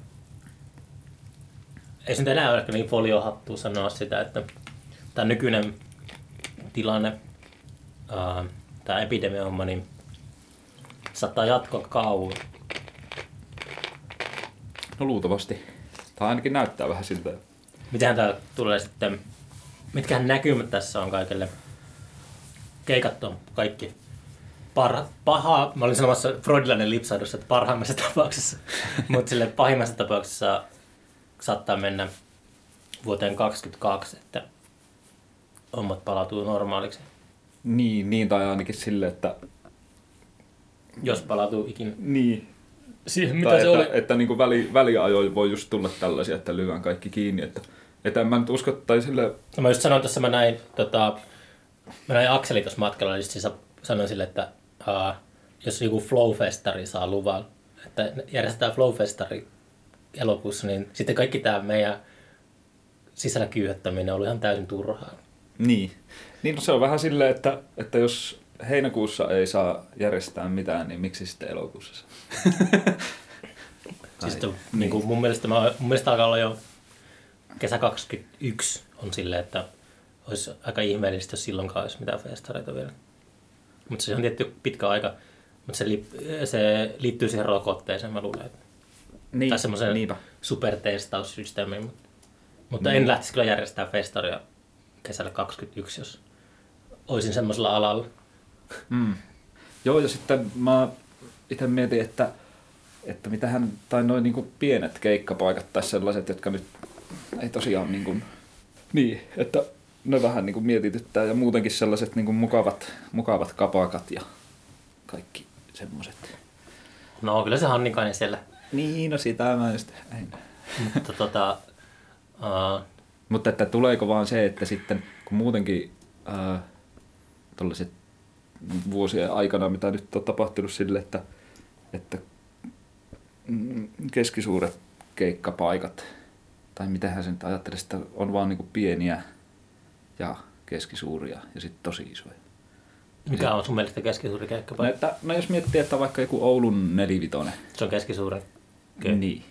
Ei se nyt enää ole niin foliohattua sanoa sitä, että tämä nykyinen tilanne, ää, tämä epidemia-homma, niin saattaa jatkoa kauan. No luultavasti. Tai ainakin näyttää vähän siltä. Mitähän tää tulee sitten, mitkähän näkymät tässä on kaikille? Keikat on kaikki parha, paha, mä olin sanomassa freudilainen lipsahdus, että parhaimmassa tapauksessa, mutta sille pahimmassa tapauksessa saattaa mennä vuoteen kaksikymmentäkaksi, että hommat palautuu normaaliksi. Niin, niin tai ainakin sille, että... Jos palautuu ikinä. Niin. Siihen mitä Tai se että, oli. että niin kuin väli, väliajoin voi just tulla tällaisia, että lyvään kaikki kiinni. Että, että en mä nyt usko, tai sille... No mä just sanoin tuossa, mä näin, tota, mä näin Akseli tuossa matkalla, niin just sanoin sille, että uh, jos joku Flow-festari saa luvan, että järjestetään Flow-festari elokuussa, niin sitten kaikki tämä meidän sisällä kyyhättäminen on ollut ihan täysin turhaa. Niin. Niin no se on vähän silleen, että, että jos heinäkuussa ei saa järjestää mitään, niin miksi sitten elokuussa saa? Siis to, niin. Niin kuin mun, mielestä, mä, mun mielestä alkaa olla jo kesä kaksikymmentäyksi on silleen, että olisi aika ihmeellistä, jos silloinkaan olisi mitään festareita vielä. Mutta se on tietty pitkä aika, mutta se, li, se liittyy siihen rokotteeseen, mä luulen. Niin, tai semmoiseen niinpä. supertestaussysteemiin. Mutta, mutta niin. en lähtisi kyllä järjestää festaria kesällä kaksikymmentäyksi, jos olisin semmoisella alalla. Mm. Joo, ja sitten mä itse mietin, että, että mitähän, tai noin niin pienet keikkapaikat tai sellaiset, jotka nyt ei tosiaan niin kuin, niin, että ne vähän niin kuin mietityttää ja muutenkin sellaiset niin kuin mukavat, mukavat kapakat ja kaikki semmoiset. No kyllä se Hannikainen siellä. Niin, no sitä mä just en. Mutta tota... Uh... Mutta että tuleeko vaan se, että sitten kun muutenkin uh, tollaiset vuosien aikana, mitä nyt on tapahtunut sille, että, että keskisuuret keikkapaikat, tai mitähän sen ajattelisi, että on vaan niinku pieniä ja keskisuuria ja sitten tosi isoja. Mikä on sun mielestä keskisuuri keikkapaikka? No, että, no jos miettii, että vaikka joku Oulun nelivitonen. Se on keskisuuri. Okay. Niin.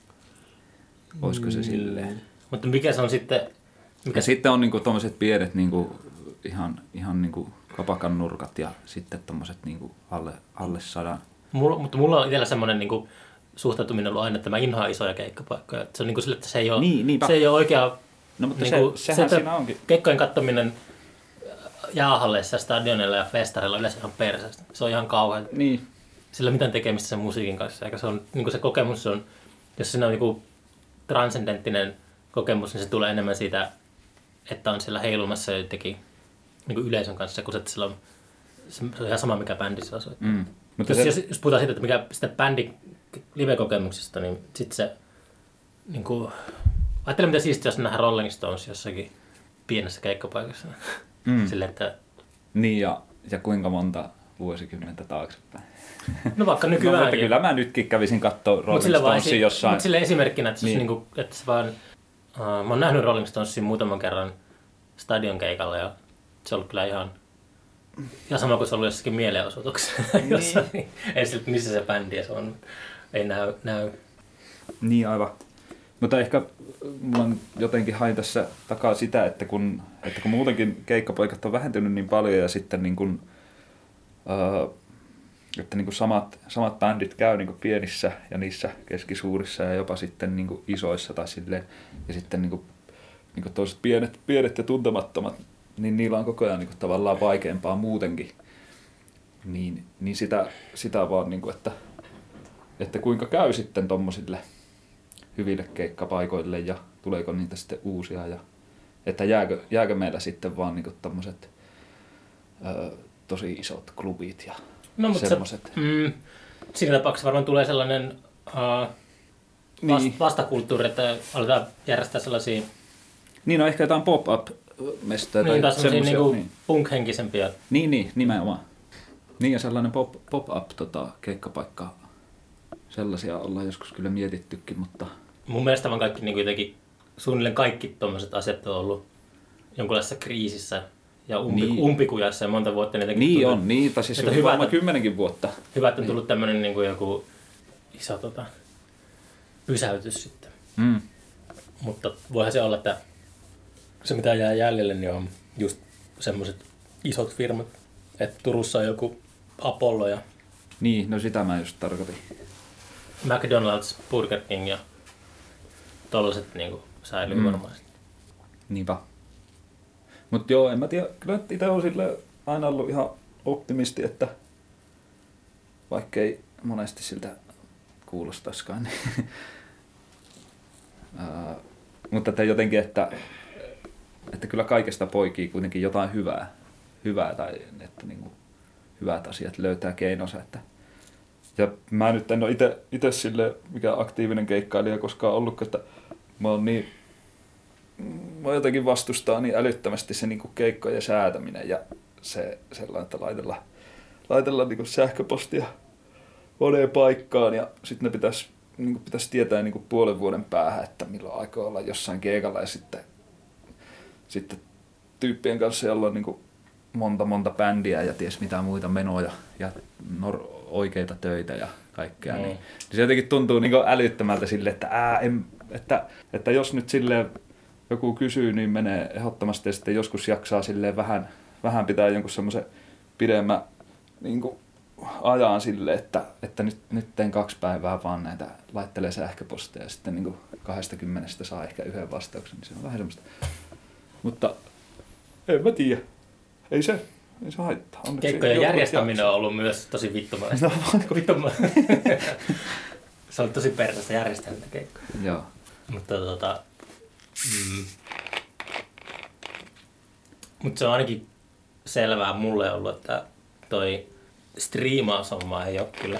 Olisiko se silleen? Mm. Mutta mikä se on sitten? Mikä ja se... sitten on niinku tommoset pienet niinku, ihan, ihan niinku kapakan nurkat ja sitten tommoset niinku alle, alle sadan. Mulla, mutta mulla on itsellä semmoinen niinku suhtautuminen ollut aina, että mä inhoan isoja keikkapaikkoja. Että se on niinku sille, että se ei ole, niin, se ei ole oikea... No mutta niinku, se, sehän se, siinä onkin. Keikkojen katsominen jäähalleissa, stadionilla ja festareilla on yleensä ihan persästä. Se on ihan kauhean. Niin. Sillä ei mitään tekemistä sen musiikin kanssa. Eikä se, on, niinku se kokemus on, jos siinä on niinku transcendenttinen kokemus, niin se tulee enemmän siitä, että on siellä heilumassa jotenkin niinku yleisön kanssa, kun se, että sillä on, se on ihan sama mikä bändissä asuu. Mm. Mutta jos, se... jos, jos puhutaan siitä, että mikä sitä bändin live-kokemuksesta, niin sitten se niinku, ajattele mitä siistiä, jos nähdään Rolling Stones jossakin pienessä keikkapaikassa. Mm. Sille, että... Niin ja, ja kuinka monta vuosikymmentä taaksepäin. No vaikka No, mutta nykyäänkin. kyllä mä nytkin kävisin katsoa Mut Rolling sille vaan Stonesia esi- jossain. Mut sille esimerkkinä, että, niin. Niin. niinku, että se vaan... Uh, mä oon nähnyt Rolling Stonesia muutaman kerran stadion keikalla ja se on ollut kyllä ihan... Ihan sama kuin se on ollut jossakin mielenosoituksessa. Niin. Jossain. Ei sille, missä se bändi se on. Ei näy. näy. Niin aivan. Mutta ehkä mulla jotenkin hain tässä takaa sitä, että kun, että kun muutenkin keikkapaikat on vähentynyt niin paljon ja sitten niin kun, äh, että niin kun samat, samat bändit käy niin kun pienissä ja niissä keskisuurissa ja jopa sitten niin kun isoissa tai silleen, ja sitten niin kun, niin kun toiset pienet, pienet ja tuntemattomat, niin niillä on koko ajan niin kun tavallaan vaikeampaa muutenkin. Niin, niin sitä, sitä vaan, niin kun, että, että kuinka käy sitten tommosille hyville keikkapaikoille ja tuleeko niitä sitten uusia ja että jääkö, jääkö meillä sitten vaan niinku tommoset ö, tosi isot klubit ja No, mutta semmoset. se, mm, siinä tapauksessa varmaan tulee sellainen uh, vast, Niin. vastakulttuuri, että aletaan järjestää sellaisia Niin on ehkä jotain pop-up-mestoja niin, tai sellaisia semmosia. niinku Niin. punk-henkisempiä. niin, niin, nimenomaan. Niin ja sellainen pop, pop-up tota, keikkapaikka, sellaisia ollaan joskus kyllä mietittykin, mutta Mun mielestä vaan kaikki niin jotenkin, suunnilleen kaikki tommoset asiat on ollut jonkunlaisessa kriisissä ja umpi, Niin. umpikujassa ja monta vuotta. Niin, niin tullut, on, niin, tai siis että on hyvä, varmaan että- kymmenenkin vuotta. Hyvä, että on tullut tämmönen niin kuin joku iso tota, pysäytys sitten. Mm. Mutta voihan se olla, että se mitä jää jäljelle, niin on just semmoiset isot firmat. Että Turussa on joku Apollo ja Niin, no sitä mä just tarkoitin. McDonald's, Burger King ja tollaset niinku säilyy Mm. mm. varmaan. Niinpä. Mut joo, en mä tiedä, kyllä itse on sille aina ollut ihan optimisti, että vaikkei monesti siltä kuulostaskaan. Niin Ää, mutta että jotenkin, että, että kyllä kaikesta poikii kuitenkin jotain hyvää, hyvää tai että niinku hyvät asiat löytää keinonsa. Että ja mä nyt en ole ite, ite sille mikään aktiivinen keikkailija koskaan ollut, että mä oon niin mä jotenkin vastustaa niin älyttömästi se niinku keikkojen säätäminen ja se sellainen, että laitella, laitella niinku sähköpostia moneen paikkaan ja sitten ne pitäisi niinku pitäisi tietää niinku puolen vuoden päähän, että milloin aikoo olla jossain keikalla ja sitten, sitten tyyppien kanssa, jolla on niinku monta monta bändiä ja ties mitä muita menoja ja nor- oikeita töitä ja kaikkea, Mm. niin, niin se jotenkin tuntuu niinku älyttömältä sille, että, ää, en, että, että jos nyt silleen joku kysyy, niin menee ehdottomasti ja sitten joskus jaksaa silleen vähän, vähän pitää jonkun semmoisen pidemmän niin kuin ajan silleen, että, että nyt, nyt teen kaksi päivää vaan näitä, laittelee sähköposteja ja sitten niin kuin kaksikymmentä saa ehkä yhden vastauksen, niin se on vähän semmoista. Mutta en mä tiedä. Ei se, ei se haittaa. Onneksi Keikkojen jotkut järjestäminen jaksaa. on ollut myös tosi vittumaista. No, Vittumaista. Se on tosi perseestä järjestää niitä keikkoja. joo. Mutta tota... Mm. Mutta se on ainakin selvää mulle ollut, että toi striimaushomma ei ole kyllä.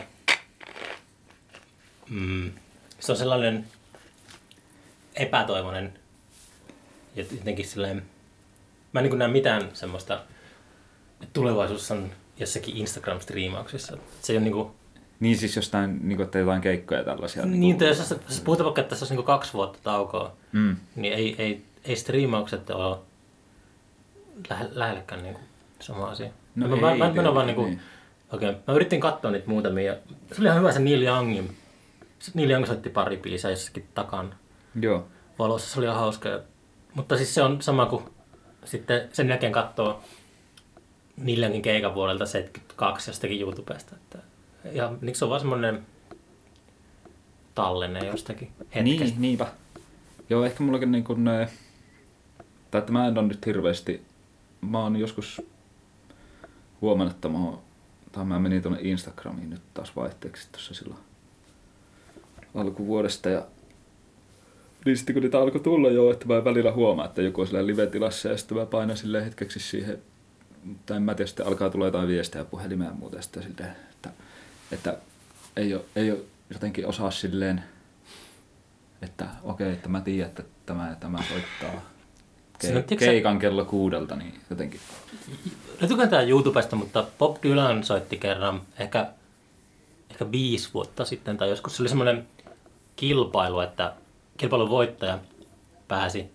Mm. Se on sellainen epätoivoinen ja jotenkin silleen... Mä en niin kuin näe mitään semmoista, että tulevaisuus on jossakin Instagram-striimauksissa. Se ei ole niinku... Niin siis jostain, niin kuin, että jotain keikkoja tällaisia. Niin, niin jos, jos puhutaan vaikka, että tässä olisi niinku kaksi vuotta taukoa, Mm. niin ei, ei, ei striimaukset ole lähe, lähellekään niinku sama asia. No mä, ei mä, mä, mä, tietenkin, vaan niinku, niin. okay, mä yritin katsoa niitä muutamia. Se oli ihan hyvä se Neil Youngin. Neil Young soitti pari biisiä jossakin takan Joo. valossa. Se oli ihan hauska. Mutta siis se on sama kuin sitten sen jälkeen katsoo Neil Youngin keikan vuodelta seitsemänkymmentäkaksi jostakin YouTubesta. Että, ja niin se on vaan semmoinen tallenne jostakin hetkestä. Niin, niinpä. Joo, ehkä mullakin niin kuin, ne, tai että mä en ole nyt hirveästi, mä oon joskus huomannut, että mä, oon, tai mä menin tuonne Instagramiin nyt taas vaihteeksi tuossa silloin alkuvuodesta ja niin sitten kun niitä alkoi tulla jo, että mä välillä huomaan, että joku on sillä live-tilassa ja sitten mä painan silleen hetkeksi siihen, tai en mä tiedä, sitten alkaa tulla jotain viestejä puhelimeen ja muuta, ja sitten silleen, että, että ei, ole, ei ole jotenkin osaa silleen, että okei, että mä tiedän, että tämä ja tämä soittaa ke- keikan kello kuudelta, niin jotenkin. Löytyykö tämä YouTubesta, mutta Bob Dylan soitti kerran ehkä, ehkä viisi vuotta sitten tai joskus. Se oli semmoinen kilpailu, että kilpailun voittaja pääsi.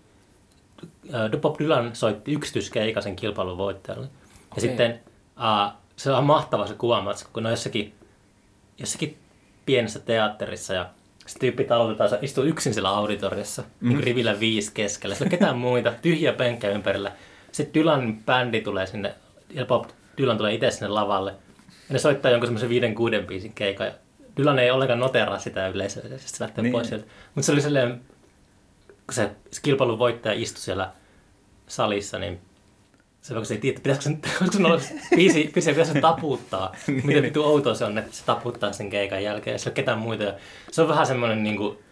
Bob Dylan soitti yksityiskeikan sen kilpailun voittajalle. Ja okay. sitten uh, se on mahtava se kuvamatska, kun on jossakin, jossakin pienessä teatterissa ja se tyyppi talotetaan, se istuu yksin siellä auditoriossa, mm. niin rivillä viisi keskellä. Sillä on ketään muita, tyhjä penkkä ympärillä. Sitten Dylanin bändi tulee sinne, ja Bob Dylan tulee itse sinne lavalle. Ja ne soittaa jonkun semmoisen viiden, kuuden biisin keikan. Ja Dylan ei ollenkaan noteraa sitä yleisöä, ja sitten se lähtee niin. pois sieltä. Mutta se oli silleen, kun se, se kilpailun voittaja istui siellä salissa, niin se vaikka se ei tiedä, että pitäisikö sen olla biisi, biisi pitäisi sen taputtaa. Miten vittu outoa se on, että se taputtaa sen keikan jälkeen, ja se on ketään muita. Ja se on vähän semmoinen niin kuin,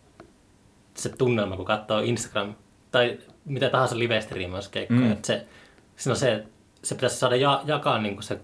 se tunnelma, kun katsoo Instagram tai mitä tahansa live-striimauskeikkoja. Mm. Se, se, on se, se pitäisi saada ja, jakaa niin kuin se,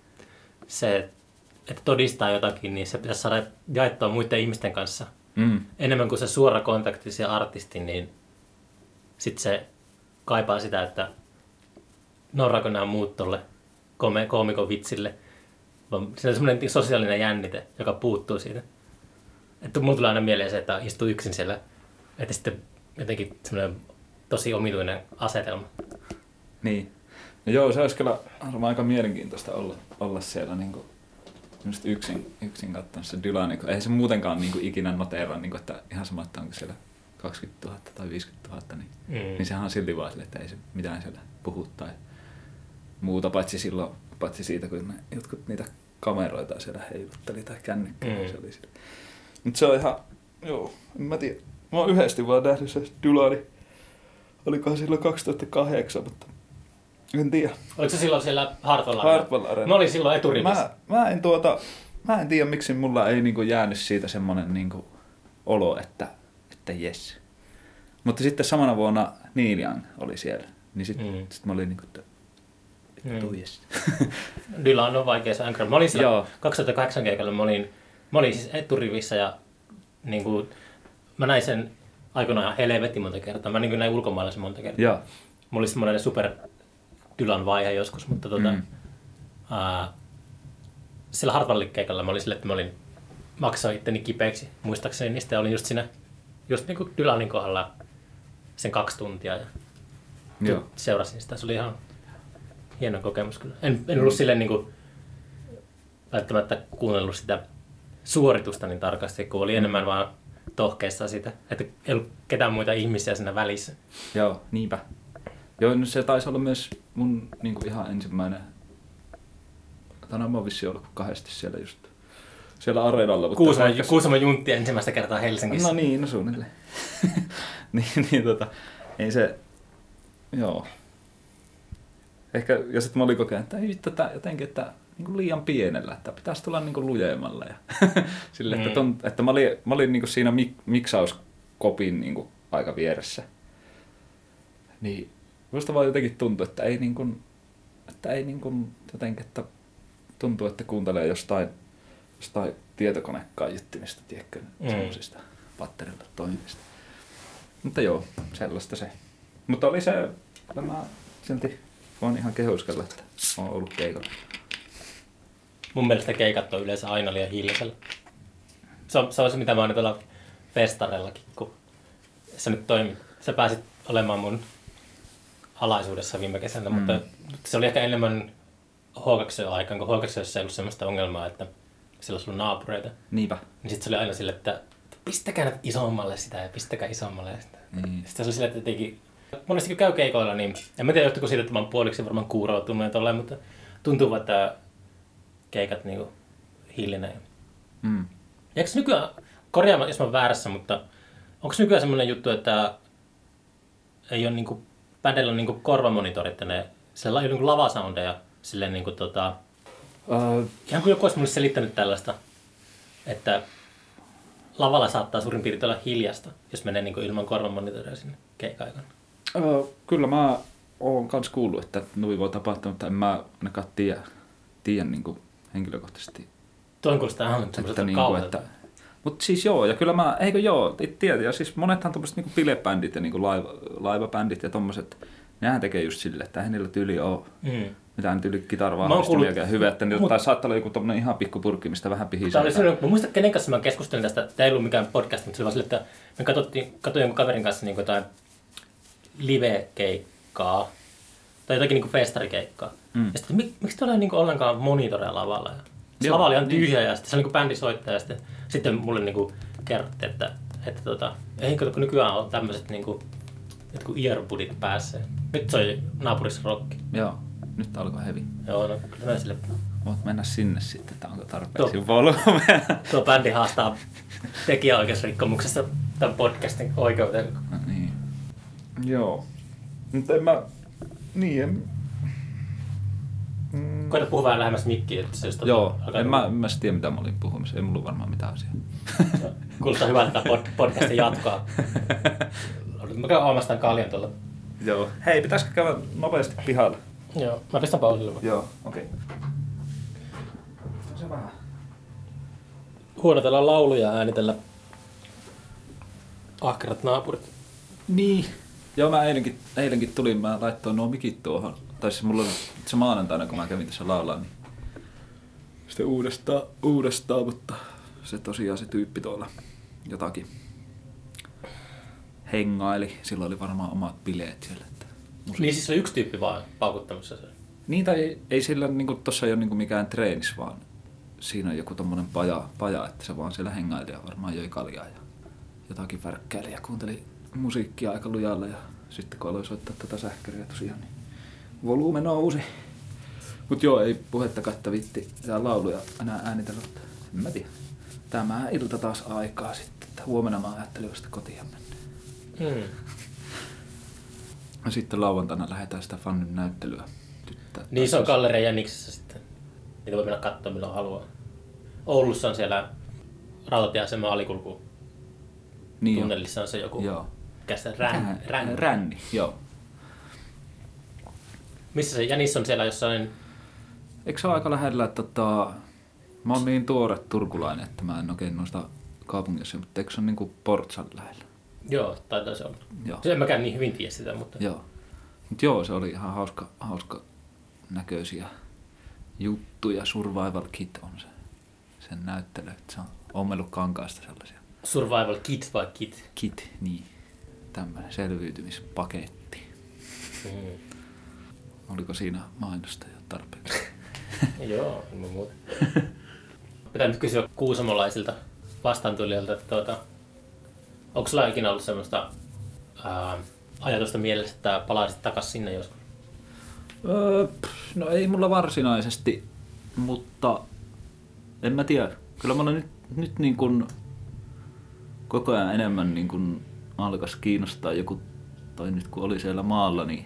se, että todistaa jotakin, niin se pitäisi saada jaettua muiden ihmisten kanssa. Mm. Enemmän kuin se suora kontakti siihen artistiin, niin sitten se kaipaa sitä, että nauraako nämä muut tolle koomikon vitsille. Se on semmoinen sosiaalinen jännite, joka puuttuu siitä. Että mulla tulee aina mieleen se, että istuu yksin siellä, että sitten jotenkin semmoinen tosi omituinen asetelma. Niin. No joo, se olisi kyllä varmaan aika mielenkiintoista olla, olla siellä niin kuin, yksin, yksin katsomassa Dylanin. Eihän se muutenkaan niin kuin, ikinä noteera, niin kuin, että ihan sama, että onko siellä kaksikymmentätuhatta tai viisikymmentätuhatta, niin, mm. niin sehän on silti vaan sille, että ei se mitään siellä puhu tai muuta, paitsi, silloin, paitsi siitä, kun ne jotkut niitä kameroita siellä heilutteli tai kännykkää. Mm. Se oli sille. Mutta se on ihan, joo, en mä tiedä. Mä oon yhdesti vaan nähnyt se Dylani. Olikohan silloin kaksituhattakahdeksan, mutta en tiedä. Oliko se silloin siellä Hartwell Hartwell Arena? Mä olin silloin eturivissä. Mä, mä, en tuota, mä en tiedä, miksi mulla ei niinku jäänyt siitä semmonen niinku olo, että, että jes. Mutta sitten samana vuonna Neil Young oli siellä. Niin sit, mm. sit mä olin niinku, että vittu mm. jes. Dylan on vaikea se ankara. Mä olin siellä kaksituhattakahdeksan keikalla, mä olin, mä olin siis eturivissä ja niinku, mä näin sen aikoinaan helvetin monta kertaa. Mä niin näin ulkomailla sen monta kertaa. Joo. Mulla oli semmoinen super Dylan vaihe joskus, mutta tota, mm. ää, sillä Hartwell-keikalla mä olin sille, että mä olin maksaa itteni kipeäksi muistaakseni, niin sitten olin just siinä, just niin kuin Dylanin kohdalla sen kaksi tuntia ja Joo. seurasin sitä. Se oli ihan hieno kokemus kyllä. En, en ollut silleen niin kuin välttämättä kuunnellut sitä suoritusta niin tarkasti, kun oli mm. enemmän vaan tohkeessa sitä, että ei ollut ketään muita ihmisiä siinä välissä. Joo, niinpä. Joo, no se taisi olla myös mun niin kuin ihan ensimmäinen, tänään mä oon vissiin ollut kahdesti siellä just, siellä areenalla. Kuusamon, ehkä... Kuusamon Juntti ensimmäistä kertaa Helsingissä. No niin, no suunnilleen. niin, niin tota, ei se, joo. Ehkä, ja sitten mä olin kokenut, että ei tätä jotenkin, että niin kuin liian pienellä, että pitäisi tulla niin kuin lujemalla. Ja sille, mm. että, ton, että mä olin, mä olin niin kuin siinä mik, miksauskopin niin kuin aika vieressä. Niin musta vaan jotenkin tuntui, että ei, niin kuin, että ei niin kuin jotenkin, että tuntuu, että kuuntelee jostain, jostain tietokonekaiuttimista, tiedätkö, mm. semmoisista patterilla toimivista. Mutta joo, sellaista se. Mutta oli se, että mä silti voin ihan kehuskella, että oon ollut keikalla. Mun mielestä keikat on yleensä aina liian hiljaisella. Se on, se on se, mitä mä oon tuolla festarellakin, kun sä nyt toimi. Sä pääsit olemaan mun alaisuudessa viime kesänä, mm. mutta se oli ehkä enemmän H kaksi O-aikaan, kun H kaksi O:ssa ei ollut semmoista ongelmaa, että siellä olisi ollut naapureita. Niinpä. Niin sit se oli aina sille, että pistäkää nyt isommalle sitä ja pistäkää isommalle sitä. Mm. Sitten se oli sille, että jotenkin monesti kun käy keikoilla, niin en mä tiedä johtuiko siitä, että mä oon puoliksi varmaan kuuroutunut ja tolleen, mutta tuntuu, että keikat niinku hiljenee. Mm. Eikö nykyään, korjaa jos mä oon väärässä, mutta onko nykyään semmoinen juttu, että ei ole niinku, bändillä on niinku korvamonitorit ja ne, siellä on niinku lavasoundeja silleen niinku tota, uh. ihan kuin joku olisi mulle selittänyt tällaista, että lavalla saattaa suurin piirtein olla hiljasta, jos menee niinku ilman korvamonitoria sinne keikka-aikana. Uh, kyllä mä oon kans kuullut, että noin voi tapahtua, mutta en mä ainakaan tiedä, tiedä niinku henkilökohtaisesti. Tuon kuulostaa ihan semmoiselta niinku, että, Mutta siis joo, ja kyllä mä, eikö joo, tiedä, ja siis monethan tommoset niinku bilebändit ja niinku laiva, laivabändit ja tommoset, nehän tekee just silleen, että eihän niillä tyyli oo mm. mitään tyyli kitarvahvistelijakään kuullut... hyvä, että niillä mut... tai saattaa olla joku tommonen ihan pikkupurkki, mistä vähän pihisee. Mä muistan, kenen kanssa mä keskustelin tästä, tämä ei ollut mikään podcast, mutta se oli vaan sille, että me katsottiin, katsoin jonkun kaverin kanssa niin jotain live-keikkaa, tai jotakin niin festarikeikkaa. Mm. Ja sitten, mik, miksi tuolla ei niin ollenkaan monitoreja lavalla? Se lava oli ihan tyhjä niin. Ja sitten se oli niin bändi soittaa ja sitten, sitten mulle niin kerrottiin, että, että tota, ei kato, kun nykyään on tämmöiset niin jotkut earbudit päässä. Nyt soi naapurissa rokki. Joo, nyt alkoi hevi. Joo, no kyllä mä sille... Voit mennä sinne sitten, että onko tarpeeksi volumea. Tuo bändi haastaa tekijäoikeusrikkomuksessa tämän podcastin oikeuteen. No niin. Joo. Mutta en mä... Niin, en... Mm. Koita puhua vähän lähemmäs mikkiä. Että se joo, en mä, mä tiedä mitä mä olin puhumassa. Ei mulla varmaan mitään asiaa. No, kuulostaa hyvältä tämä podcastin jatkoa. Mä käyn aamastaan kaljan tuolla. Joo. Hei, pitäisikö käydä nopeasti pihalla? Joo, mä pistän pausille. Joo, okei. Okay. Se vähän. Huonotella lauluja ja äänitellä ahkerat naapurit. Niin. Joo, mä eilenkin, eilenkin tulin, mä laittoin nuo mikit tuohon. Tai siis mulla oli se maanantaina, kun mä kävin tässä laulaa, niin sitten uudestaan, uudestaan, mutta se tosiaan se tyyppi tuolla jotakin hengaili. Sillä oli varmaan omat bileet siellä. Että niin siis se on yksi tyyppi vaan paukuttamassa se. Niin, tai ei, ei sillä niin kuin, tossa ei ole niin kuin mikään treenis, vaan siinä on joku tommonen paja, paja, että se vaan siellä hengaili ja varmaan joi kaljaa ja jotakin värkkäili ja kuunteli musiikkia aika lujalla ja sitten kun aloin soittaa tätä sähköriä tosiaan, niin volyyme nousi. Mut joo, ei puhettakaan, että vitti tää lauluja enää äänitellä. En mä tiedä. Tämä ilta taas aikaa sitten, että huomenna mä ajattelin vasta kotiin mennä. Hmm. Ja sitten lauantaina lähdetään sitä Fannyn näyttelyä. Tyttää. Niin se on Galleria Jäniksessä sitten. Niitä voi mennä katsoa milloin haluaa. Oulussa on siellä rautatieasema alikulku. Niin tunnelissa on se joku. Joo. Kästä rän, ränni. Ränni, joo. Missä se Jänis on siellä jossain? Eikö se ole aika lähellä, että tota, mä oon niin tuore turkulainen, että mä en oikein noista kaupungissa, mutta eikö se ole niin kuin Portsan lähellä? Joo, taitaa se olla. Joo. Se en mäkään niin hyvin tiedä sitä, mutta... Joo. Mut joo, se oli ihan hauska, hauska näköisiä juttuja. Survival Kit on se, sen näyttely, että se on ommellut kankaista sellaisia. Survival Kit vai Kit? Kit, niin. Tämmöinen selviytymispaketti. Mm. Oliko siinä mainosta jo tarpeeksi? Joo, ilman muuta. Pitää nyt kysyä kuusamolaisilta vastaantulijoilta, että tuota, onko sulla ikinä ollut semmoista ää, ajatusta mielessä, että palaisit takaisin sinne joskus? Öö, no ei mulla varsinaisesti, mutta en mä tiedä. Kyllä mulla nyt, nyt niin kun koko ajan enemmän niin kun alkaisi kiinnostaa joku, tai nyt kun oli siellä maalla, niin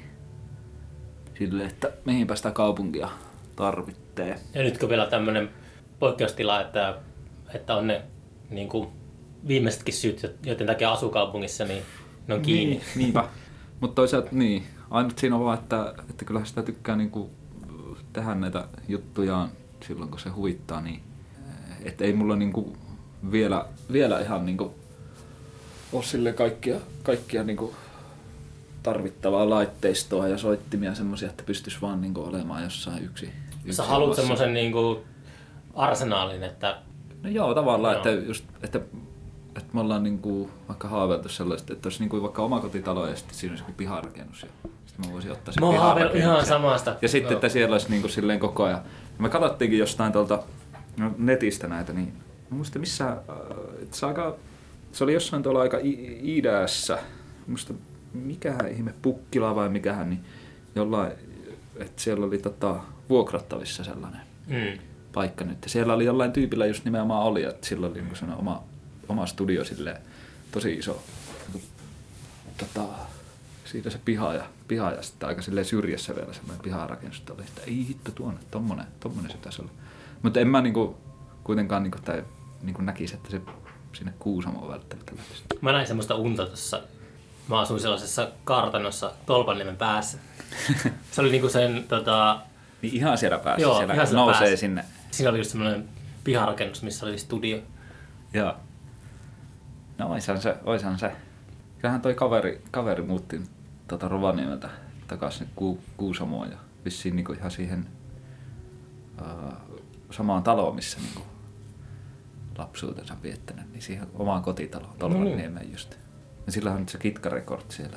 silleen, että mihinpä sitä kaupunkia tarvitsee. Ja nytkö vielä tämmöinen poikkeustila, että, että on ne niin kuin viimeisetkin syyt, joiden takia asuu kaupungissa, niin ne on kiinni. Niin, niinpä. Mutta toisaalta niin, ainut siinä on vaan, että, että kyllä sitä tykkää niin kuin tehdä näitä juttujaan silloin, kun se huvittaa, niin että ei mulla niin kuin vielä, vielä ihan niin kuin ole sille kaikkia, kaikkia niin kuin tarvittavaa laitteistoa ja soittimia semmoisia, että pystyisi vaan niin kuin olemaan jossain yksi. yksi Sä haluat semmoisen niin kuin arsenaalin, että... No joo, tavallaan, no. että, just, että, että me ollaan niin kuin vaikka haaveiltu sellaista, että olisi niin kuin vaikka omakotitalo ja sitten siinä olisi joku piharakennus. Ja sitten mä voisin ottaa sen piharakennuksen. Ihan samasta. Ja sitten, no. että siellä olisi niin kuin silleen koko ajan. Me katsottiinkin jostain tuolta no, netistä näitä, niin mä muistan missä, että se, aika, se oli jossain tuolla aika idässä. Musta mikähän ihme, Pukkila vai mikähän, niin jollain, että siellä oli tota, vuokrattavissa sellainen mm. paikka nyt. Ja siellä oli jollain tyypillä just nimenomaan oli, että sillä oli niin sellainen oma, oma studio silleen, tosi iso. Tota, siitä se piha ja, piha ja sitten aika silleen syrjässä vielä sellainen piharakennus. Oli, että ei hitto tuonne, tommonen, tommonen se tässä oli. Mutta en mä niinku, kuitenkaan niinku, tai, niinku näkisi, että se sinne Kuusamoon välttämättä lähtisi. Mä näin semmoista unta tuossa. Mä asuin sellaisessa kartanossa Tolpanniemen päässä. Se oli niinku sen tota... Niin ihan siellä päässä, joo, siellä ihan siellä nousee päässä. Sinne. Siinä oli just semmoinen piharakennus, missä oli studio. Joo. No oishan se, oishan se. Kyllähän toi kaveri, kaveri muutti tota Rovaniemeltä takas sinne Ku, Kuusamoon ja vissiin niinku ihan siihen uh, samaan taloon, missä niinku lapsuutensa viettänyt, niin siihen omaan kotitaloon, Tolvanniemeen just. Ja sillä on nyt se Kitka-rekord siellä.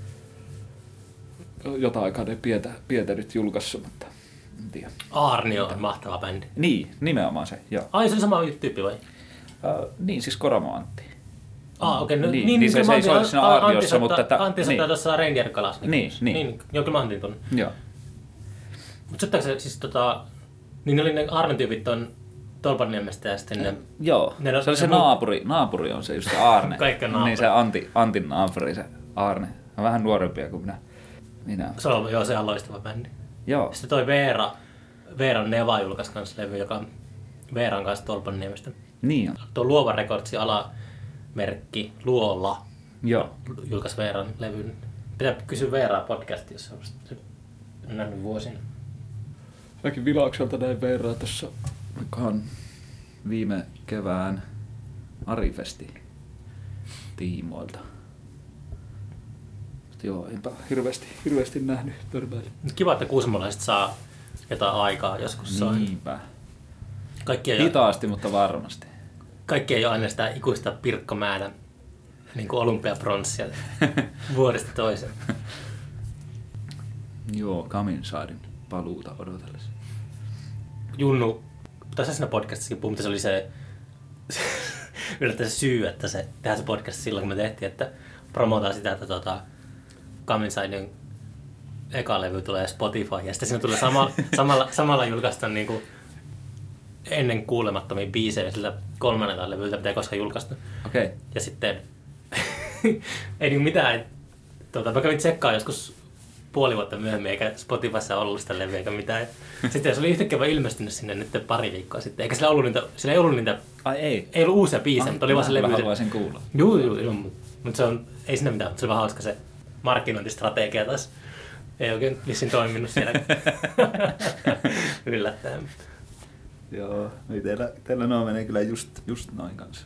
Jotain aikaa ne pietä, Pietarit julkaissut, mutta en tiedä. Aarnio on mahtava bändi. Niin, nimenomaan se, joo. Ai, se on sama tyyppi vai? Uh, niin, siis Koramo Antti. Ah, okei. Okay. No, niin, niin, niin se, se ei soita siinä Aarniossa, mutta... Että, Antti soittaa niin. tuossa Reindeer-kalassa. Niin, niin, niin. niin. Joo, kyllä mä Antin tunnen. Joo. Mutta soittaako se siis tota... Niin ne oli ne Aarne-tyypit on Tolpanniemestä ja sitten ne... Joo, ne, se oli se naapuri, naapuri on se just se Aarne. Kaikki on naapuri. Niin se Antti, Antin naapuri, se Aarne. On vähän nuorempia kuin minä. minä. Se on, joo, se on loistava bändi. Joo. Sitten toi Veera, Veeran Neva julkaisi kans levy, joka on Veeran kanssa Tolpanniemestä. Niin on. Tuo Luova Recordsin alamerkki Luola Joo. julkaisi Veeran levyn. Pitää kysyä Veeraa podcasti, jos on nähnyt vuosina. Mäkin Vilaukselta näin Veeraa tuossa viime kevään Arifesti tiimoilta. Mutta joo, enpä hirveästi, hirveästi nähnyt törmäillä. Kiva, että kuusamolaiset saa jotain aikaa joskus soin. Niinpä. Kaikki ei Hitaasti, ole, mutta varmasti. Kaikki ei ole aina sitä ikuista Pirkkomäänä niin kuin olympiapronssia vuodesta toiseen. Joo, Kaminsaadin paluuta odotellessa. Junnu, tässä siinä podcastissakin puhuttiin, mutta se oli se, se, se syy, että se tehdään se podcast silloin, kun me tehtiin, että promotaan sitä, että tota, Kaminsaidin eka levy tulee Spotify ja sitten siinä tulee sama, samalla, samalla julkaista niin kuin ennen kuulemattomia biisejä sillä kolmannelta levyltä, mitä ei koskaan julkaistu. Okei. Okay. Ja sitten ei niin mitään. Tuota, mä kävin tsekkaan joskus puoli vuotta myöhemmin, eikä Spotifyssa ollut sitä levyä eikä mitään. Sitten se oli yhtäkkiä vaan ilmestynyt sinne nyt pari viikkoa sitten. Eikä sillä ollut niitä, sillä ei ollut niitä, Ai ei? Ei ollut uusia biisejä, mutta oli vaan se levy. Mä haluaisin kuulla. Juu, juu, juu, mutta se on, ei siinä mitään, se on vähän hauska se markkinointistrategia taas. Ei oikein vissiin toiminut siellä yllättäen. Joo, teillä, teillä nuo menee kyllä just, just noin kanssa.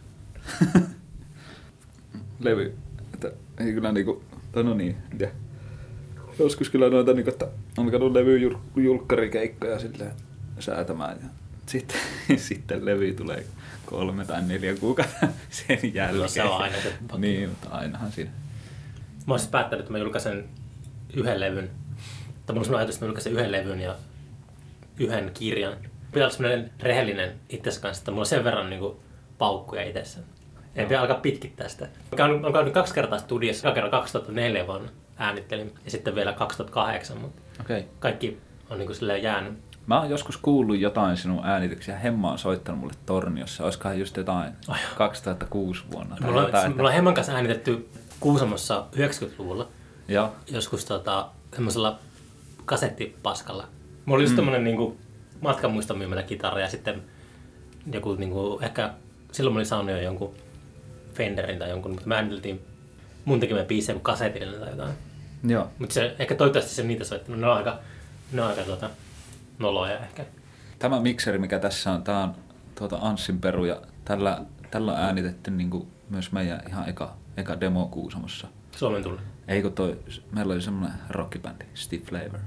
Levy, että ei kyllä niinku, tai no niin, ja joskus kyllä noita niinku, että on käynyt levyjulkkarikeikkoja silleen säätämään ja sitten, sitten levy tulee kolme tai neljä kuukautta sen jälkeen. No se on aina se. Niin, mutta ainahan siinä. Mä oon siis päättänyt, että mä julkaisen yhden levyn. Tai mulla on sellainen ajatus, että mä julkaisen yhden levyn ja yhden kirjan. Pitää olla sellainen rehellinen itsensä kanssa, että mulla on sen verran niin kuin paukkuja itsessä. Ei pidä alkaa pitkittää sitä. Mä oon käynyt kaksi kertaa studiossa. Eka kerran kaksituhattaneljä vuonna äänittelin ja sitten vielä kaksituhattakahdeksan, mutta okay. Kaikki on niin kuin silleen jäänyt. Mä oon joskus kuullut jotain sinun äänityksiä. Hemma on soittanut mulle Torniossa. Olisikohan just jotain oh, kaksituhattakuusi vuonna. Tai mulla, jotain, on, että... mulla on Hemman kanssa äänitetty Kuusamossa yhdeksänkymmentäluvulla. Joo. Joskus tota, semmoisella kasettipaskalla. Mulla oli just mm. tämmönen niinku matkanmuistomyymälä kitara ja sitten joku niinku, ehkä silloin mä olin saanut jo jonkun Fenderin tai jonkun, mutta mä ääniteltiin mun tekemään biisejä kuin kasetillinen tai jotain. Joo. Mutta se, ehkä toivottavasti se niitä soittanut, ne on aika, ne on aika tuota, noloja ehkä. Tämä mikseri, mikä tässä on, tää on tuota Anssin peru ja tällä, tällä on äänitetty niinku myös meidän ihan eka, eka demo Kuusamossa. Suomen tullut. Ei kun toi, meillä oli semmoinen rockibändi, Steve Flavor.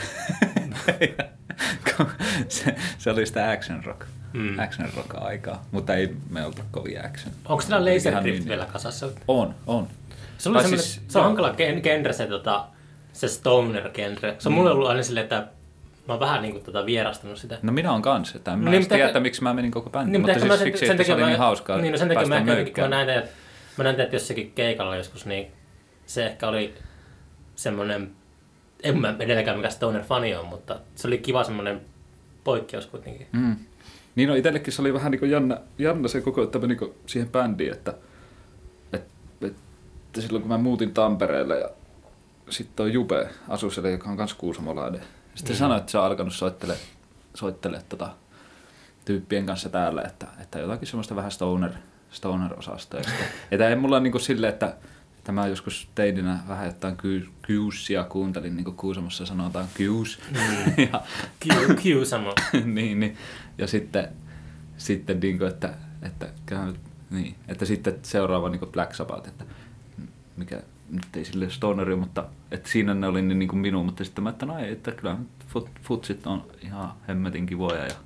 se, se oli sitä action rock, mm. action rock aikaa, mutta ei me oltu kovin action. Onko teillä Laser Drift vielä kasassa? On, on. Se, oli siis, se on hankala genre se, tota, se stoner genre. Se on mm. mulle ollut aina silleen, että mä oon vähän niinku tota vierastanut sitä. No minä oon kanssa, että en mä niin, edes tiedä, että miksi mä menin koko bändiin, niin, mutta siis sen, siksi, sen että se oli mä, niin hauskaa niin, no sen takia päästä mä, möykkään. Mä näin, että, mä näin, että jossakin keikalla joskus, niin se ehkä oli semmoinen, en mä edelläkään mikään stoner-fani on, mutta se oli kiva semmoinen poikkeus kuitenkin. Mm. Niin no itsellekin se oli vähän niin kuin jännä, jännä se koko, että meni siihen bändiin, että, että, että silloin kun mä muutin Tampereelle ja sitten toi Jupe asui siellä, joka on kans kuusamolainen. Sitten mm. sanoi, että se on alkanut soittele, soittele tota, tyyppien kanssa täällä, että, että jotakin semmoista vähän stoner, stoner-osasta. Että ei mulla niinku silleen, että, että mä joskus teininä vähän jotain Qsia kuuntelin, niin kuin Kuusamossa sanotaan Qs. Mm. ja, Q-samo. niin, niin. Ja sitten, sitten niin kuin, että, että Niin, että sitten seuraava niin Black Sabbath, että mikä nyt ei sille stoneri, mutta että siinä ne oli niin, niin kuin minun, mutta sitten mä että no ei, että kyllä fut, futsit on ihan hemmetin kivoja ja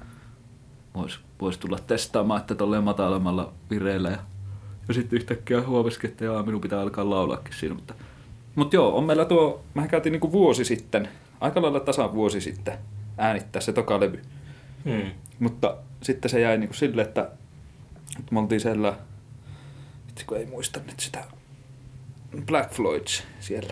vois, vois tulla testaamaan, että tolleen matalemmalla vireillä ja, ja sitten yhtäkkiä huomasikin, että jaa, minun pitää alkaa laulaakin siinä, mutta Mutta joo, on meillä tuo, mehän käytiin niinku vuosi sitten, aika lailla tasan vuosi sitten äänittää se toka levy. Hmm. Mutta sitten se jäi niinku silleen, että, että me oltiin siellä, itse kun ei muista nyt sitä, Black Floyds siellä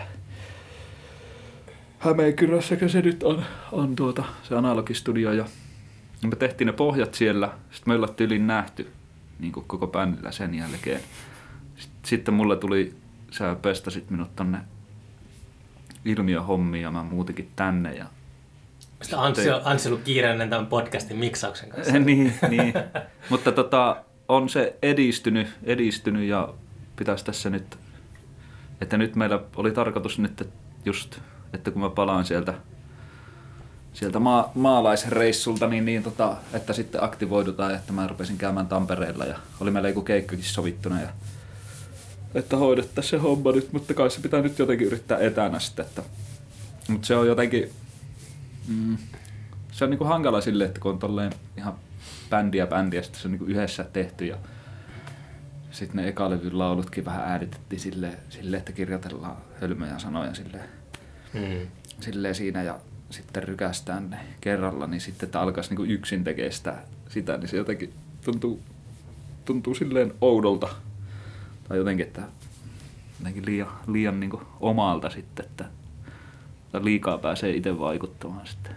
Hämeenkyrössäkö se nyt on, on tuota, se analogistudio ja me tehtiin ne pohjat siellä, sitten me ollaan tyyliin nähty niin kuin koko bändillä sen jälkeen. Sitten mulle tuli, sä pestasit minut tonne ilmiöhommiin ja mä muutenkin tänne. Ja sitä Anssi, Anssi ollut kiireinen tämän podcastin miksauksen kanssa. niin, niin. Mutta tota, on se edistynyt, edistynyt ja pitäisi tässä nyt, että nyt meillä oli tarkoitus nyt just, että kun mä palaan sieltä, sieltä maa, maalaisreissulta, niin, niin tota, että sitten aktivoidutaan, että mä rupesin käymään Tampereella ja oli meillä joku keikkakin sovittuna ja että hoidettaisiin se homma nyt, mutta kai se pitää nyt jotenkin yrittää etänä sitten, että mutta se on jotenkin mm, se on niinku hankala silleen, että kun on tolleen ihan bändiä bändiä, sitten se on niinku yhdessä tehty ja sitten ne ekalevyn laulutkin vähän äänitettiin silleen, silleen, että kirjoitellaan hölmöjä sanoja silleen, Hmm. silleen siinä ja sitten rykästään ne kerralla, niin sitten että alkaisi niinku yksin tekee sitä, sitä, niin se jotenkin tuntuu, tuntuu silleen oudolta. Tai jotenkin, että jotenkin liian, liian niinku omalta sitten, että liikaa pääsee itse vaikuttamaan sitten.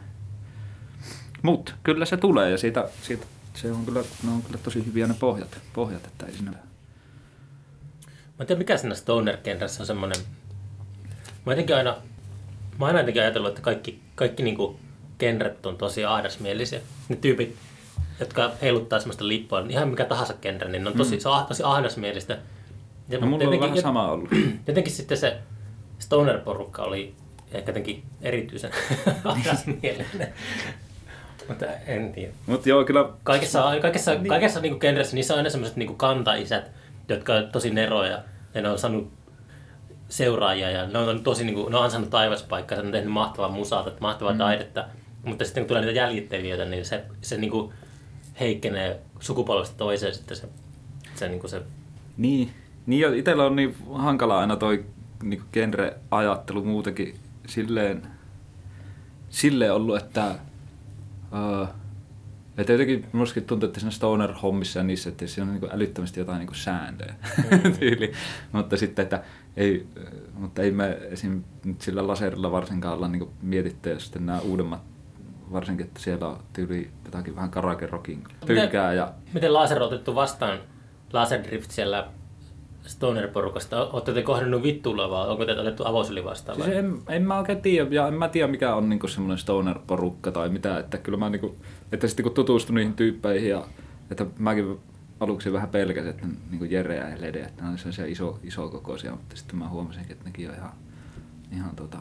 Mut kyllä se tulee ja siitä, siitä se on kyllä, ne on kyllä tosi hyviä ne pohjat, pohjat että ei siinä. Mä en tiedä mikä siinä stoner-kenrässä on semmoinen. Mä jotenkin aina, mä aina jotenkin ajatellut, että kaikki, kaikki niinku genret on tosi ahdasmielisiä. Ne tyypit, jotka heiluttaa semmoista lippua, niin ihan mikä tahansa genre, niin ne on tosi, mm. se on tosi ahdasmielistä. Ja no, mulla on vähän sama ollut. Jotenkin sitten se stoner-porukka oli ehkä jotenkin erityisen ahdasmielinen. Mutta en tiedä. Mut joo, kyllä. Kaikessa, kaikessa, niin. kaikessa niinku genressä niissä on aina semmoiset niinku kantaisät, jotka on tosi neroja ja ne on saanut seuraajia ja ne on tosi niinku, ne on ansainnut taivaspaikkaa, ne on tehnyt mahtavaa musaa, mahtavaa mm. taidetta, mutta sitten kun tulee niitä jäljittelijöitä, niin se, se niinku heikkenee sukupolvesta toiseen sitten se, se, niinku se. Niin, niin itsellä on niin hankala aina toi niinku genre-ajattelu muutenkin silleen, silleen ollut, että uh, että jotenkin minustakin tuntuu, että siinä stoner-hommissa ja niissä, että siinä on niin kuin älyttömästi jotain niin kuin sääntöjä mm. tyyli. Mutta sitten, että ei, mutta ei me esim. Nyt sillä laserilla varsinkaan olla niin kuin mietitty, ja sitten nämä uudemmat, varsinkin, että siellä on tyyli jotakin vähän karaoke-rockin tynkää. Ja miten laser on otettu vastaan, Laserdrift siellä stoner-porukasta? Olette te kohdannut vittuilla vai onko te otettu avosyli vastaan? Siis en, en mä oikein tiedä, ja en mä tiedä mikä on niinku semmoinen stoner-porukka tai mitä, että kyllä mä niinku, että sitten kun tutustun niihin tyyppeihin ja että mäkin aluksi vähän pelkäsin, että niinku Jere ja Lede, että ne on sellaisia iso, isokokoisia, mutta sitten mä huomasinkin, että nekin on ihan, ihan tota,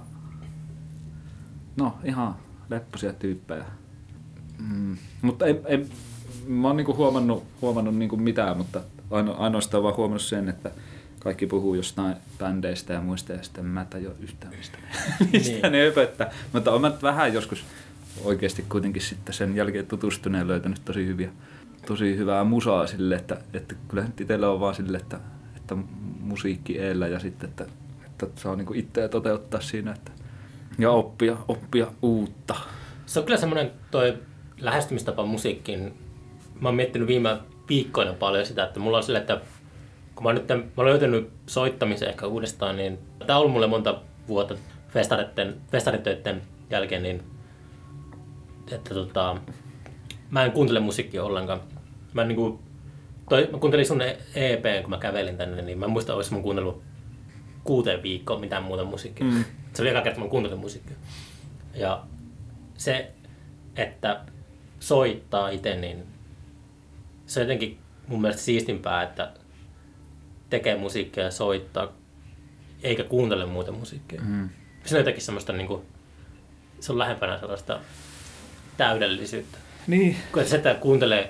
no ihan lepposia tyyppejä. Mm, mutta en, en, mä oon niinku huomannut, huomannut niinku mitään, mutta aino, ainoastaan vaan huomannut sen, että kaikki puhuu jostain bändeistä ja muista ja sitten mä en tajua yhtään mistä ne, mistä niin. ne öpöttää. Mutta olen mä vähän joskus oikeasti kuitenkin sitten sen jälkeen tutustuneen löytänyt tosi hyviä, tosi hyvää musaa sille, että, että kyllä nyt itsellä on vaan sille, että, että musiikki eellä ja sitten, että, että saa niinku itseä toteuttaa siinä että, ja oppia, oppia uutta. Se on kyllä semmoinen toi lähestymistapa musiikkiin. Mä oon miettinyt viime viikkoina paljon sitä, että mulla on sille, että kun mä, nyt, mä olen löytänyt soittamisen ehkä uudestaan, niin tää on ollut mulle monta vuotta festaritöiden jälkeen, niin että tota, mä en kuuntele musiikkia ollenkaan. Mä, en, niin kuin, toi, mä kuuntelin sun E P:n, kun mä kävelin tänne, niin mä en muista, olisi mun kuunnellut kuuteen viikkoon mitään muuta musiikkia. Mm. Se oli eka kerta, mä kuuntelin musiikkia. Ja se, että soittaa itse, niin se on jotenkin mun mielestä siistimpää, että tekee musiikkia ja soittaa, eikä kuuntele muuta musiikkia. Mm. Se on jotenkin semmoista, niin kuin, se on lähempänä sellaista täydellisyyttä. Niin. Kun se, että kuuntelee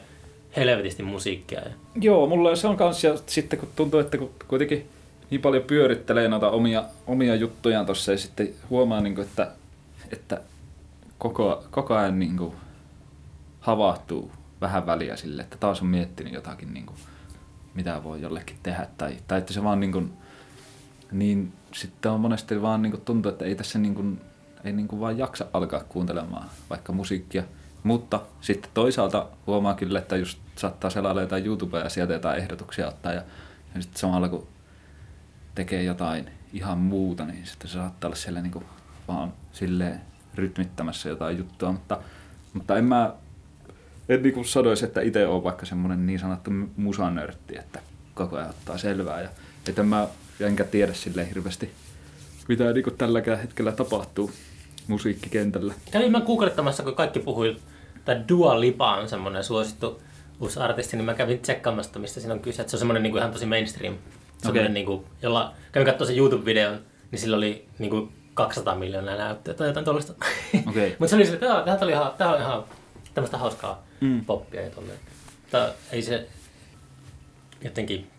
helvetisti musiikkia. Ja... Joo, mulla se on kans, ja sitten kun tuntuu, että kun kuitenkin niin paljon pyörittelee noita omia, omia juttujaan tossa, ja sitten huomaa, niin kuin, että, että koko, koko ajan niin kuin havahtuu vähän väliä sille, että taas on miettinyt jotakin, niin kuin, mitä voi jollekin tehdä, tai, tai että se vaan niin kuin, niin sitten on monesti vaan niin kuin tuntuu, että ei tässä niin kuin, ei niin kuin vaan jaksa alkaa kuuntelemaan vaikka musiikkia. Mutta sitten toisaalta huomaa kyllä, että just saattaa selailla jotain YouTubea ja sieltä jotain ehdotuksia ottaa. Ja, ja sitten samalla kun tekee jotain ihan muuta, niin sitten se saattaa olla siellä niin kuin vaan silleen rytmittämässä jotain juttua. Mutta, mutta en mä en niin kuin sanoisi, että itse olen vaikka semmoinen niin sanottu musanörtti, että koko ajan ottaa selvää. Ja että mä enkä tiedä silleen hirveästi, mitä niin kuin tälläkään hetkellä tapahtuu musiikkikentällä. Kävin mä googlettamassa, kun kaikki puhui, että Dua Lipa on semmoinen suosittu uusi artisti, niin mä kävin tsekkaamasta, mistä siinä on kyse. Että se on semmoinen niin kuin ihan tosi mainstream. Semmoinen, okay. niin kuin, jolla kävin katsoa sen YouTube-videon, niin sillä oli niin kuin kaksisataa miljoonaa näyttöä tai jotain tuollaista. Okay. Mutta se oli sille, että tämä oli ihan, tämä on ihan tämmöistä hauskaa mm. poppia ja tolleen. Mutta ei se jotenkin...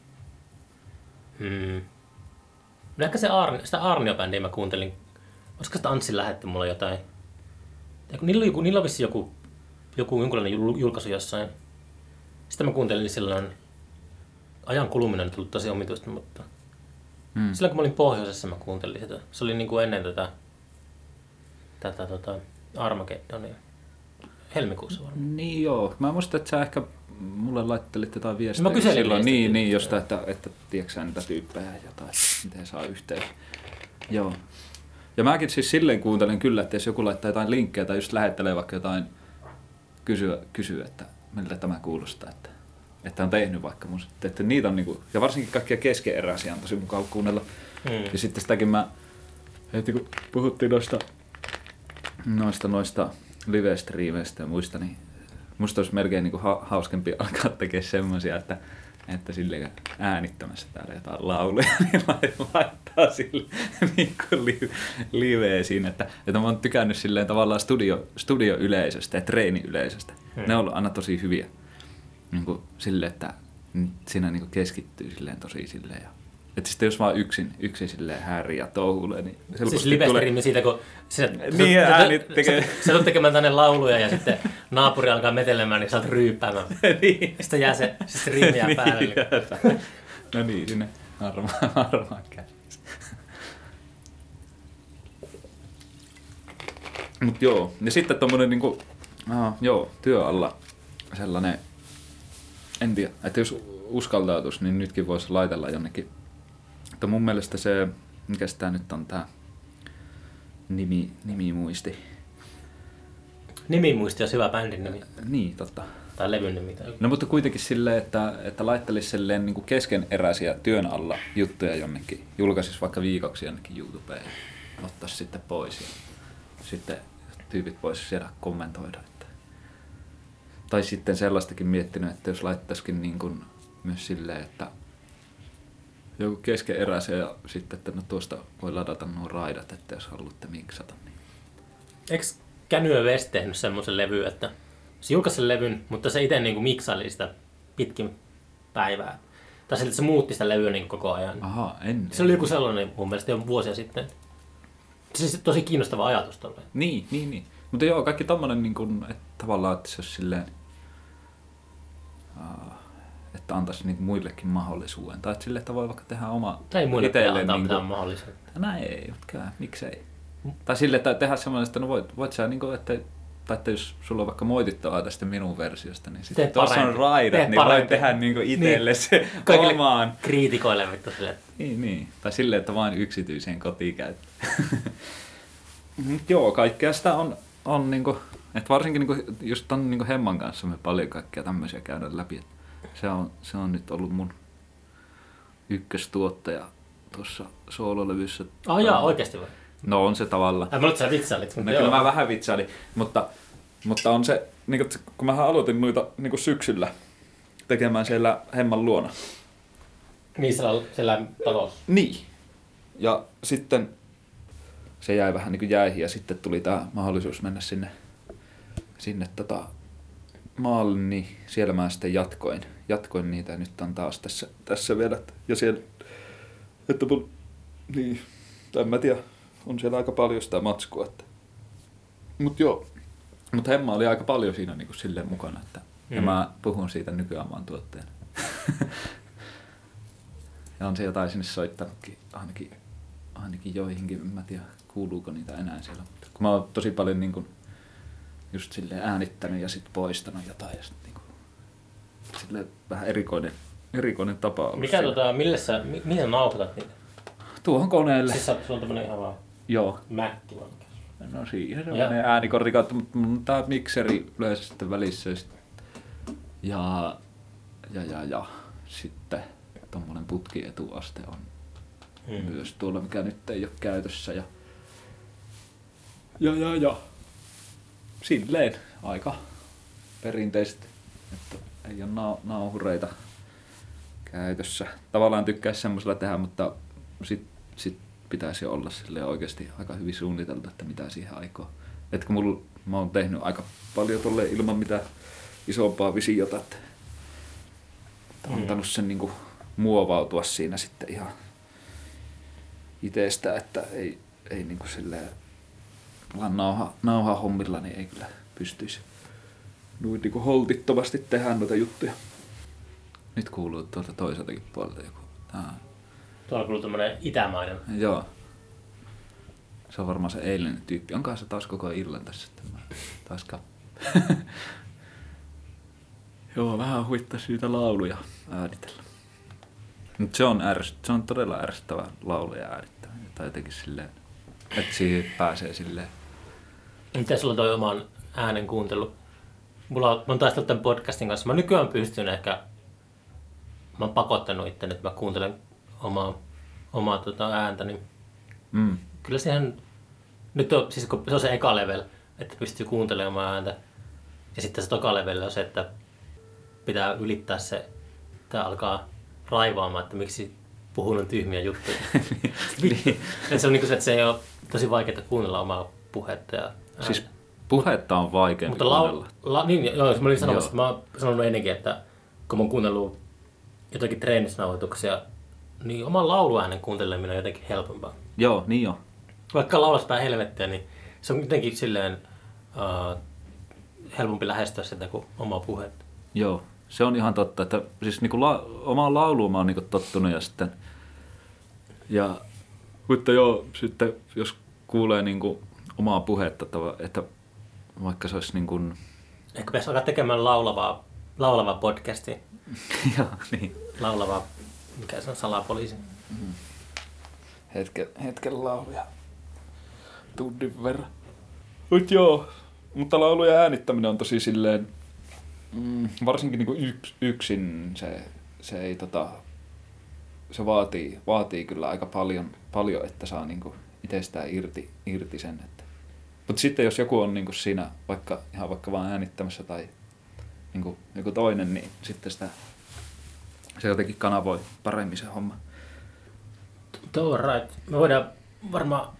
Hmm. No ehkä se Arni, sitä Arnio-bändiä mä kuuntelin. Olisiko sitä Anssi lähetti mulle jotain? Niillä on, joku, niillä on vissi joku, joku jonkunlainen julkaisu jossain. Sitten mä kuuntelin, niin silloin ajan kuluminen on tullut tosi omituista, mutta hmm. silloin kun mä olin pohjoisessa, mä kuuntelin sitä. Se oli niin kuin ennen tätä, tätä tota Armageddonia. Helmikuussa varmaan. Niin joo. Mä muistan, että sä ehkä mulle laittelit jotain viestiä. Mä kyselin silloin. Niin, niin josta, että, että tiedätkö sä niitä tyyppejä ja jotain, miten saa yhteen. Joo. Ja mäkin siis silleen kuuntelen kyllä, että jos joku laittaa jotain linkkejä tai just lähettelee vaikka jotain kysyä, kysyä että miltä tämä kuulostaa, että, että on tehnyt vaikka musiikkia. Että niitä on niinku, ja varsinkin kaikkia keskeneräisiä on tosi mukava kuunnella. Hmm. Ja sitten sitäkin mä, heti kun puhuttiin noista, noista, noista live-striimeistä ja muista, niin musta olisi melkein niinku ha- hauskempi alkaa tekemään semmosia, että että silleen äänittämässä täällä jotain lauluja, niin laittaa sille niin kuin li- liveä siinä, että, että mä oon tykännyt silleen tavallaan studio, studioyleisöstä ja treeniyleisöstä. Hmm. Ne on ollut aina tosi hyviä. Niin kuin silleen, että siinä niin kuin keskittyy silleen tosi silleen. Ja, että sitten jos vaan yksin, yksin silleen häiri ja touhulee, niin siis live-striimi siitä, kun sä, niin, sä, ääni tekee. Sä, sä tulet tekemään tänne lauluja ja sitten naapuri alkaa metelemään, niin sä oot ryyppäämään. niin. Sitten jää se, se striimi jää päälle. Niin, no niin, sinne varmaan, varmaan käsissä. Mut joo, ja sitten tommonen niinku, aha, joo, työ alla sellainen, en tiedä, että jos uskaltautus, niin nytkin voisi laitella jonnekin. Mutta mun mielestä se, mikäs tää nyt on tää nimi, nimimuisti. Nimimuisti on hyvä bändin nimi. Niin, totta. Tai levyn nimi. No mutta kuitenkin silleen, että, että laittelisi silleen niin kuin keskeneräisiä työn alla juttuja jonnekin. Julkaisisi vaikka viikoksi jonnekin YouTubeen ja ottaisi sitten pois. Ja sitten tyypit vois siellä kommentoida. Että. Tai sitten sellaistakin miettinyt, että jos laittaisikin niin kuin myös silleen, että joku keskeneräisen ja sitten, että no tuosta voi ladata nuo raidat, että jos haluatte miksata. Niin. Eikö Kanye West tehnyt semmoisen levyn, että se julkaisi sen levyn, mutta se itse niinku miksaili sitä pitkin päivää. Tai sille, että se muutti sitä levyä niinku koko ajan. Aha, en. Se oli joku sellainen mun mielestä jo vuosia sitten. Se on tosi kiinnostava ajatus tolleen. Niin, niin, niin. Mutta joo, kaikki tommonen niin kuin, että tavallaan, että se olisi silleen, uh, että antaisi niin muillekin mahdollisuuden. Tai että silleen, että voi vaikka tehdä oma tai muille itselleen antaa niin mitään mahdollisuutta. Näin ei, mutta miksei. Mm. Tai silleen, että tehdä semmoinen, että no voit, voit sä niin kuin, että tai että jos sulla on vaikka moitittavaa tästä minun versiosta, niin sitten tuossa on raidat, Teet niin parempi. Voi tehdä niin itselle niin. Se kaikille omaan. Kriitikoille vittu silleen. Niin, niin. Tai silleen, että vain yksityiseen kotiin käyttöön. Joo, kaikkea sitä on, on niin kuin, että varsinkin niin kuin, just ton niin kuin Hemman kanssa me paljon kaikkea tämmöisiä käydään läpi. Se on, se on nyt ollut mun ykköstuottaja tuossa soololevyssä. Ah jaa, oikeasti vai? No on se tavallaan. Mä luulen, että sä vitsailit. No, kyllä mä vähän vitsailin, mutta, mutta on se, niin kuin, kun mä aloitin noita niin kuin syksyllä tekemään siellä Hemman luona. Niin, siellä, siellä talossa. Niin. Ja sitten se jäi vähän niin kuin jäihin ja sitten tuli tää mahdollisuus mennä sinne, sinne tota, maalle, niin siellä mä sitten jatkoin, jatkoin niitä ja nyt on taas tässä, tässä vielä. Ja siellä, että mun, niin, en mä tiedä, on siellä aika paljon sitä matskua. Että. Mut joo, mut Hemma oli aika paljon siinä niin kuin silleen mukana, että mm. ja mä puhun siitä nykyään maan tuotteena. Ja on se jotain sinne soittanutkin, ainakin, ainakin joihinkin, en mä tiedä kuuluuko niitä enää siellä. Mutta kun mä oon tosi paljon niin kuin, just silleen äänittänyt ja sitten poistanut jotain ja sitten niin silleen vähän erikoinen, erikoinen tapa ollut. Mikä tota, millä sä, mi, millä nauhoitat niitä? Tuohon koneelle. Siis se on tämmönen ihan vaan Joo. mäkki vaan. No siihen se menee äänikortti kautta, mutta mun on tää mikseri yleensä sitten välissä. Ja, ja, ja, ja sitten tommonen putkietuaste on hmm. myös tuolla, mikä nyt ei ole käytössä. Ja, ja, ja, ja. Silleen aika perinteisesti, että ei ole nau- nauhureita käytössä. Tavallaan tykkäisi semmoisella tehdä, mutta sit, sit pitäisi olla silleen oikeasti aika hyvin suunniteltu, että mitä siihen aikoo. Et kun mulla, mä oon tehnyt aika paljon tolle ilman mitään isompaa visiota, että on antanut sen niinku muovautua siinä sitten ihan itestä, että ei, ei niinku silleen vaan nauha, nauha hommilla, niin ei kyllä pystyisi noin niinku holtittomasti tehdä noita juttuja. Nyt kuuluu tuolta toiseltakin puolelta joku. Tää. Tuolla kuuluu tämmönen itämainen. Joo. Se on varmaan se eilinen tyyppi. Onkaan se taas koko illan tässä. Taas ka... Joo, vähän huittaa syytä lauluja äänitellä. Mut se on, ärsyt, se on todella ärsyttävä lauluja äänittävä. Tai jotenkin silleen, että siihen pääsee silleen. Miten sulla toi oman äänen kuuntelu? Mulla on, mä oon taistellut tämän podcastin kanssa. Mä nykyään pystyn ehkä, mä oon pakottanut itteni, että mä kuuntelen omaa, omaa tota ääntäni. Mm. Kyllä siihen, nyt on, siis kun se on se eka level, että pystyy kuuntelemaan omaa ääntä. Ja sitten se toka level on se, että pitää ylittää se, että alkaa raivaamaan, että miksi puhun tyhmiä juttuja. Niin. Se on niin kuin se, että se ei ole tosi vaikeaa kuunnella omaa puhetta ja ääntä. Siis puhetta on vaikea Mutta kuunnella. La, la, niin, joo, mä olin sanomassa, että mä oon sanonut ennenkin, että kun mä oon kuunnellut jotakin treenisnauhoituksia, niin oman lauluäänen kuunteleminen on jotenkin helpompaa. Joo, niin jo. Vaikka laulas päin helvettiä, niin se on jotenkin silleen uh, helpompi lähestyä sitä kuin omaa puhetta. Joo, se on ihan totta, että siis niinku la, omaan lauluun mä oon niinku tottunut ja sitten ja mutta joo, sitten jos kuulee niinku omaa puhetta, että vaikka se olisi niinku ehkä pitäisi alkaa tekemään laulavaa, laulavaa podcastia. Joo, niin. Laulavaa, mikä se on, salapoliisi. Mm. Hetken, hetken lauluja. Tunnin verran. Mut joo, mutta lauluja äänittäminen on tosi silleen, mm, varsinkin niinku yks, yksin se, se ei tota, se vaatii, vaatii kyllä aika paljon, paljon että saa niinku itsestään irti, irti sen. Että. Mutta sitten jos joku on niinku siinä vaikka ihan vaikka vaan äänittämässä tai niinku joku toinen, niin sitten sitä se jotenkin kanavoi paremmin se homma. Tuo on right. Me voidaan varmaan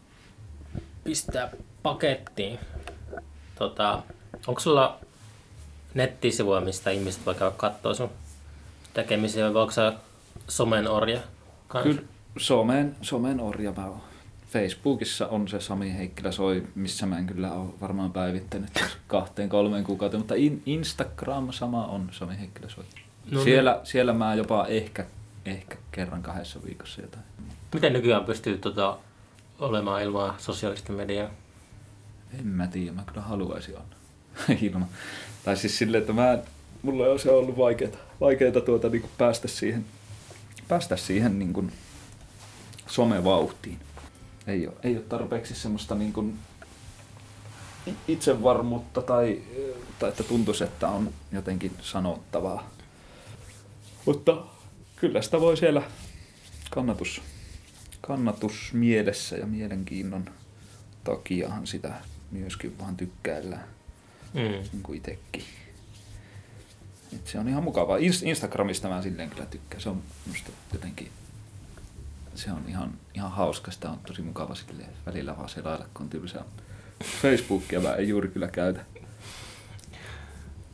pistää pakettiin. Tota, onko sulla nettisivuja, mistä ihmiset voi käydä katsoa sun tekemisiä, vai onko sä somen orja kanssa? Kyllä somen, somen orja mä oon. Facebookissa on se Sami Heikkilä Soi, missä mä en kyllä ole varmaan päivittänyt kahteen kolmeen kuukauteen, mutta in, Instagram sama on Sami Heikkilä Soi. No siellä, niin. siellä mä jopa ehkä, ehkä kerran kahdessa viikossa jotain. Miten nykyään pystyy tota, olemaan ilman sosiaalista mediaa? En mä tiedä, mä kyllä haluaisin olla ilman. Tai siis silleen, että mä, mulla on se ollut vaikeeta, vaikeeta tuota, niin kuin päästä siihen, päästä siihen niin kuin somevauhtiin. Ei ole, ei ole tarpeeksi semmoista niin kuin itsevarmuutta tai, tai että tuntuisi, että on jotenkin sanottavaa. Mutta kyllä sitä voi siellä kannatus, kannatus mielessä ja mielenkiinnon takiahan sitä myöskin vaan tykkäillään, mm. niin kuin itsekin. Et se on ihan mukavaa. Instagramista mä silleen kyllä tykkään. Se on musta jotenkin, se on ihan, ihan hauska. Sitä on tosi mukava silleen välillä vaan selailla, kun on tylsää. Facebookia mä en juuri kyllä käytä.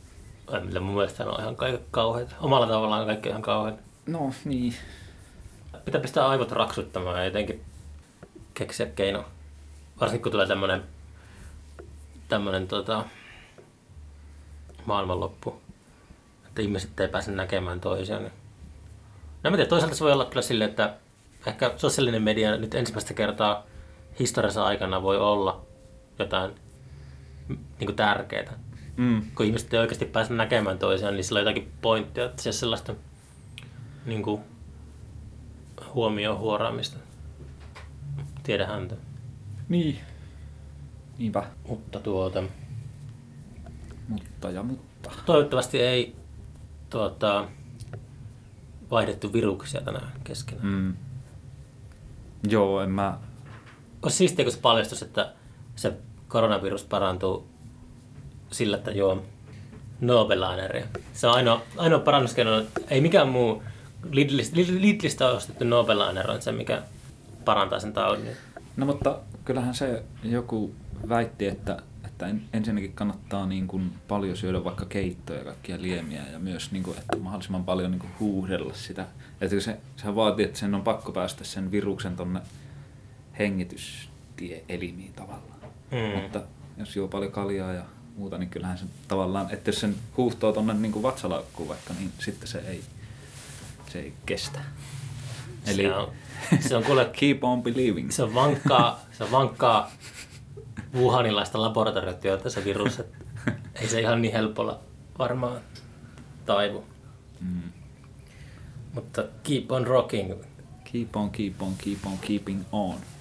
Millä mun mielestä ne on ihan kaikki kauheita. Omalla tavallaan kaikki ihan kauheita. No niin. Pitää pistää aivot raksuttamaan ja jotenkin keksiä keino. Varsinkin kun tulee tämmönen, tämmönen tota, maailmanloppu, että ihmiset ei pääse näkemään toisiaan. Niin. No mä tiedän, toisaalta se voi olla kyllä silleen, että ehkä sosiaalinen media nyt ensimmäistä kertaa historiassa aikana voi olla jotain niin kuin tärkeää. Mm. Kun ihmiset ei oikeasti pääse näkemään toisiaan, niin sillä on jotakin pointtia, että se on sellaista niin kuin huomioon huoraamista. Tiedä häntä. Niin. Niinpä. Mutta tuota... Mutta ja mutta. Toivottavasti ei tuota, vaihdettu viruksia tänään keskenään. Mm. Joo, en mä... Olisi siistiä, kun se paljastus, että se koronavirus parantuu sillä, että joo Nobel-laineria. Se on ainoa, ainoa parannuskeino. Ei mikään muu Lidlistä, Lidlistä on ostettu Nobel-liner on se, mikä parantaa sen taudin. No mutta kyllähän se joku väitti, että, että ensinnäkin kannattaa niin kuin paljon syödä vaikka keittoja ja kaikkia liemiä ja myös niin kuin, että mahdollisimman paljon niin kuin huuhdella sitä. Että se, sehän vaatii, että sen on pakko päästä sen viruksen tonne hengitystieelimiin tavallaan. Mm. Mutta jos juo paljon kaljaa ja muuta, niin kyllähän se tavallaan, että jos sen huuhtoo tonne niin kuin vatsalaukkuun vaikka, niin sitten se ei, se ei kestä. Eli se on, se on kuule, keep on believing. Se on vankkaa, se on vankkaa wuhanilaista laboratoriotyötä se virus, että ei se ihan niin helpolla varmaan taivu. Mm. Mutta keep on rocking. Keep on, keep on, keep on, keeping on.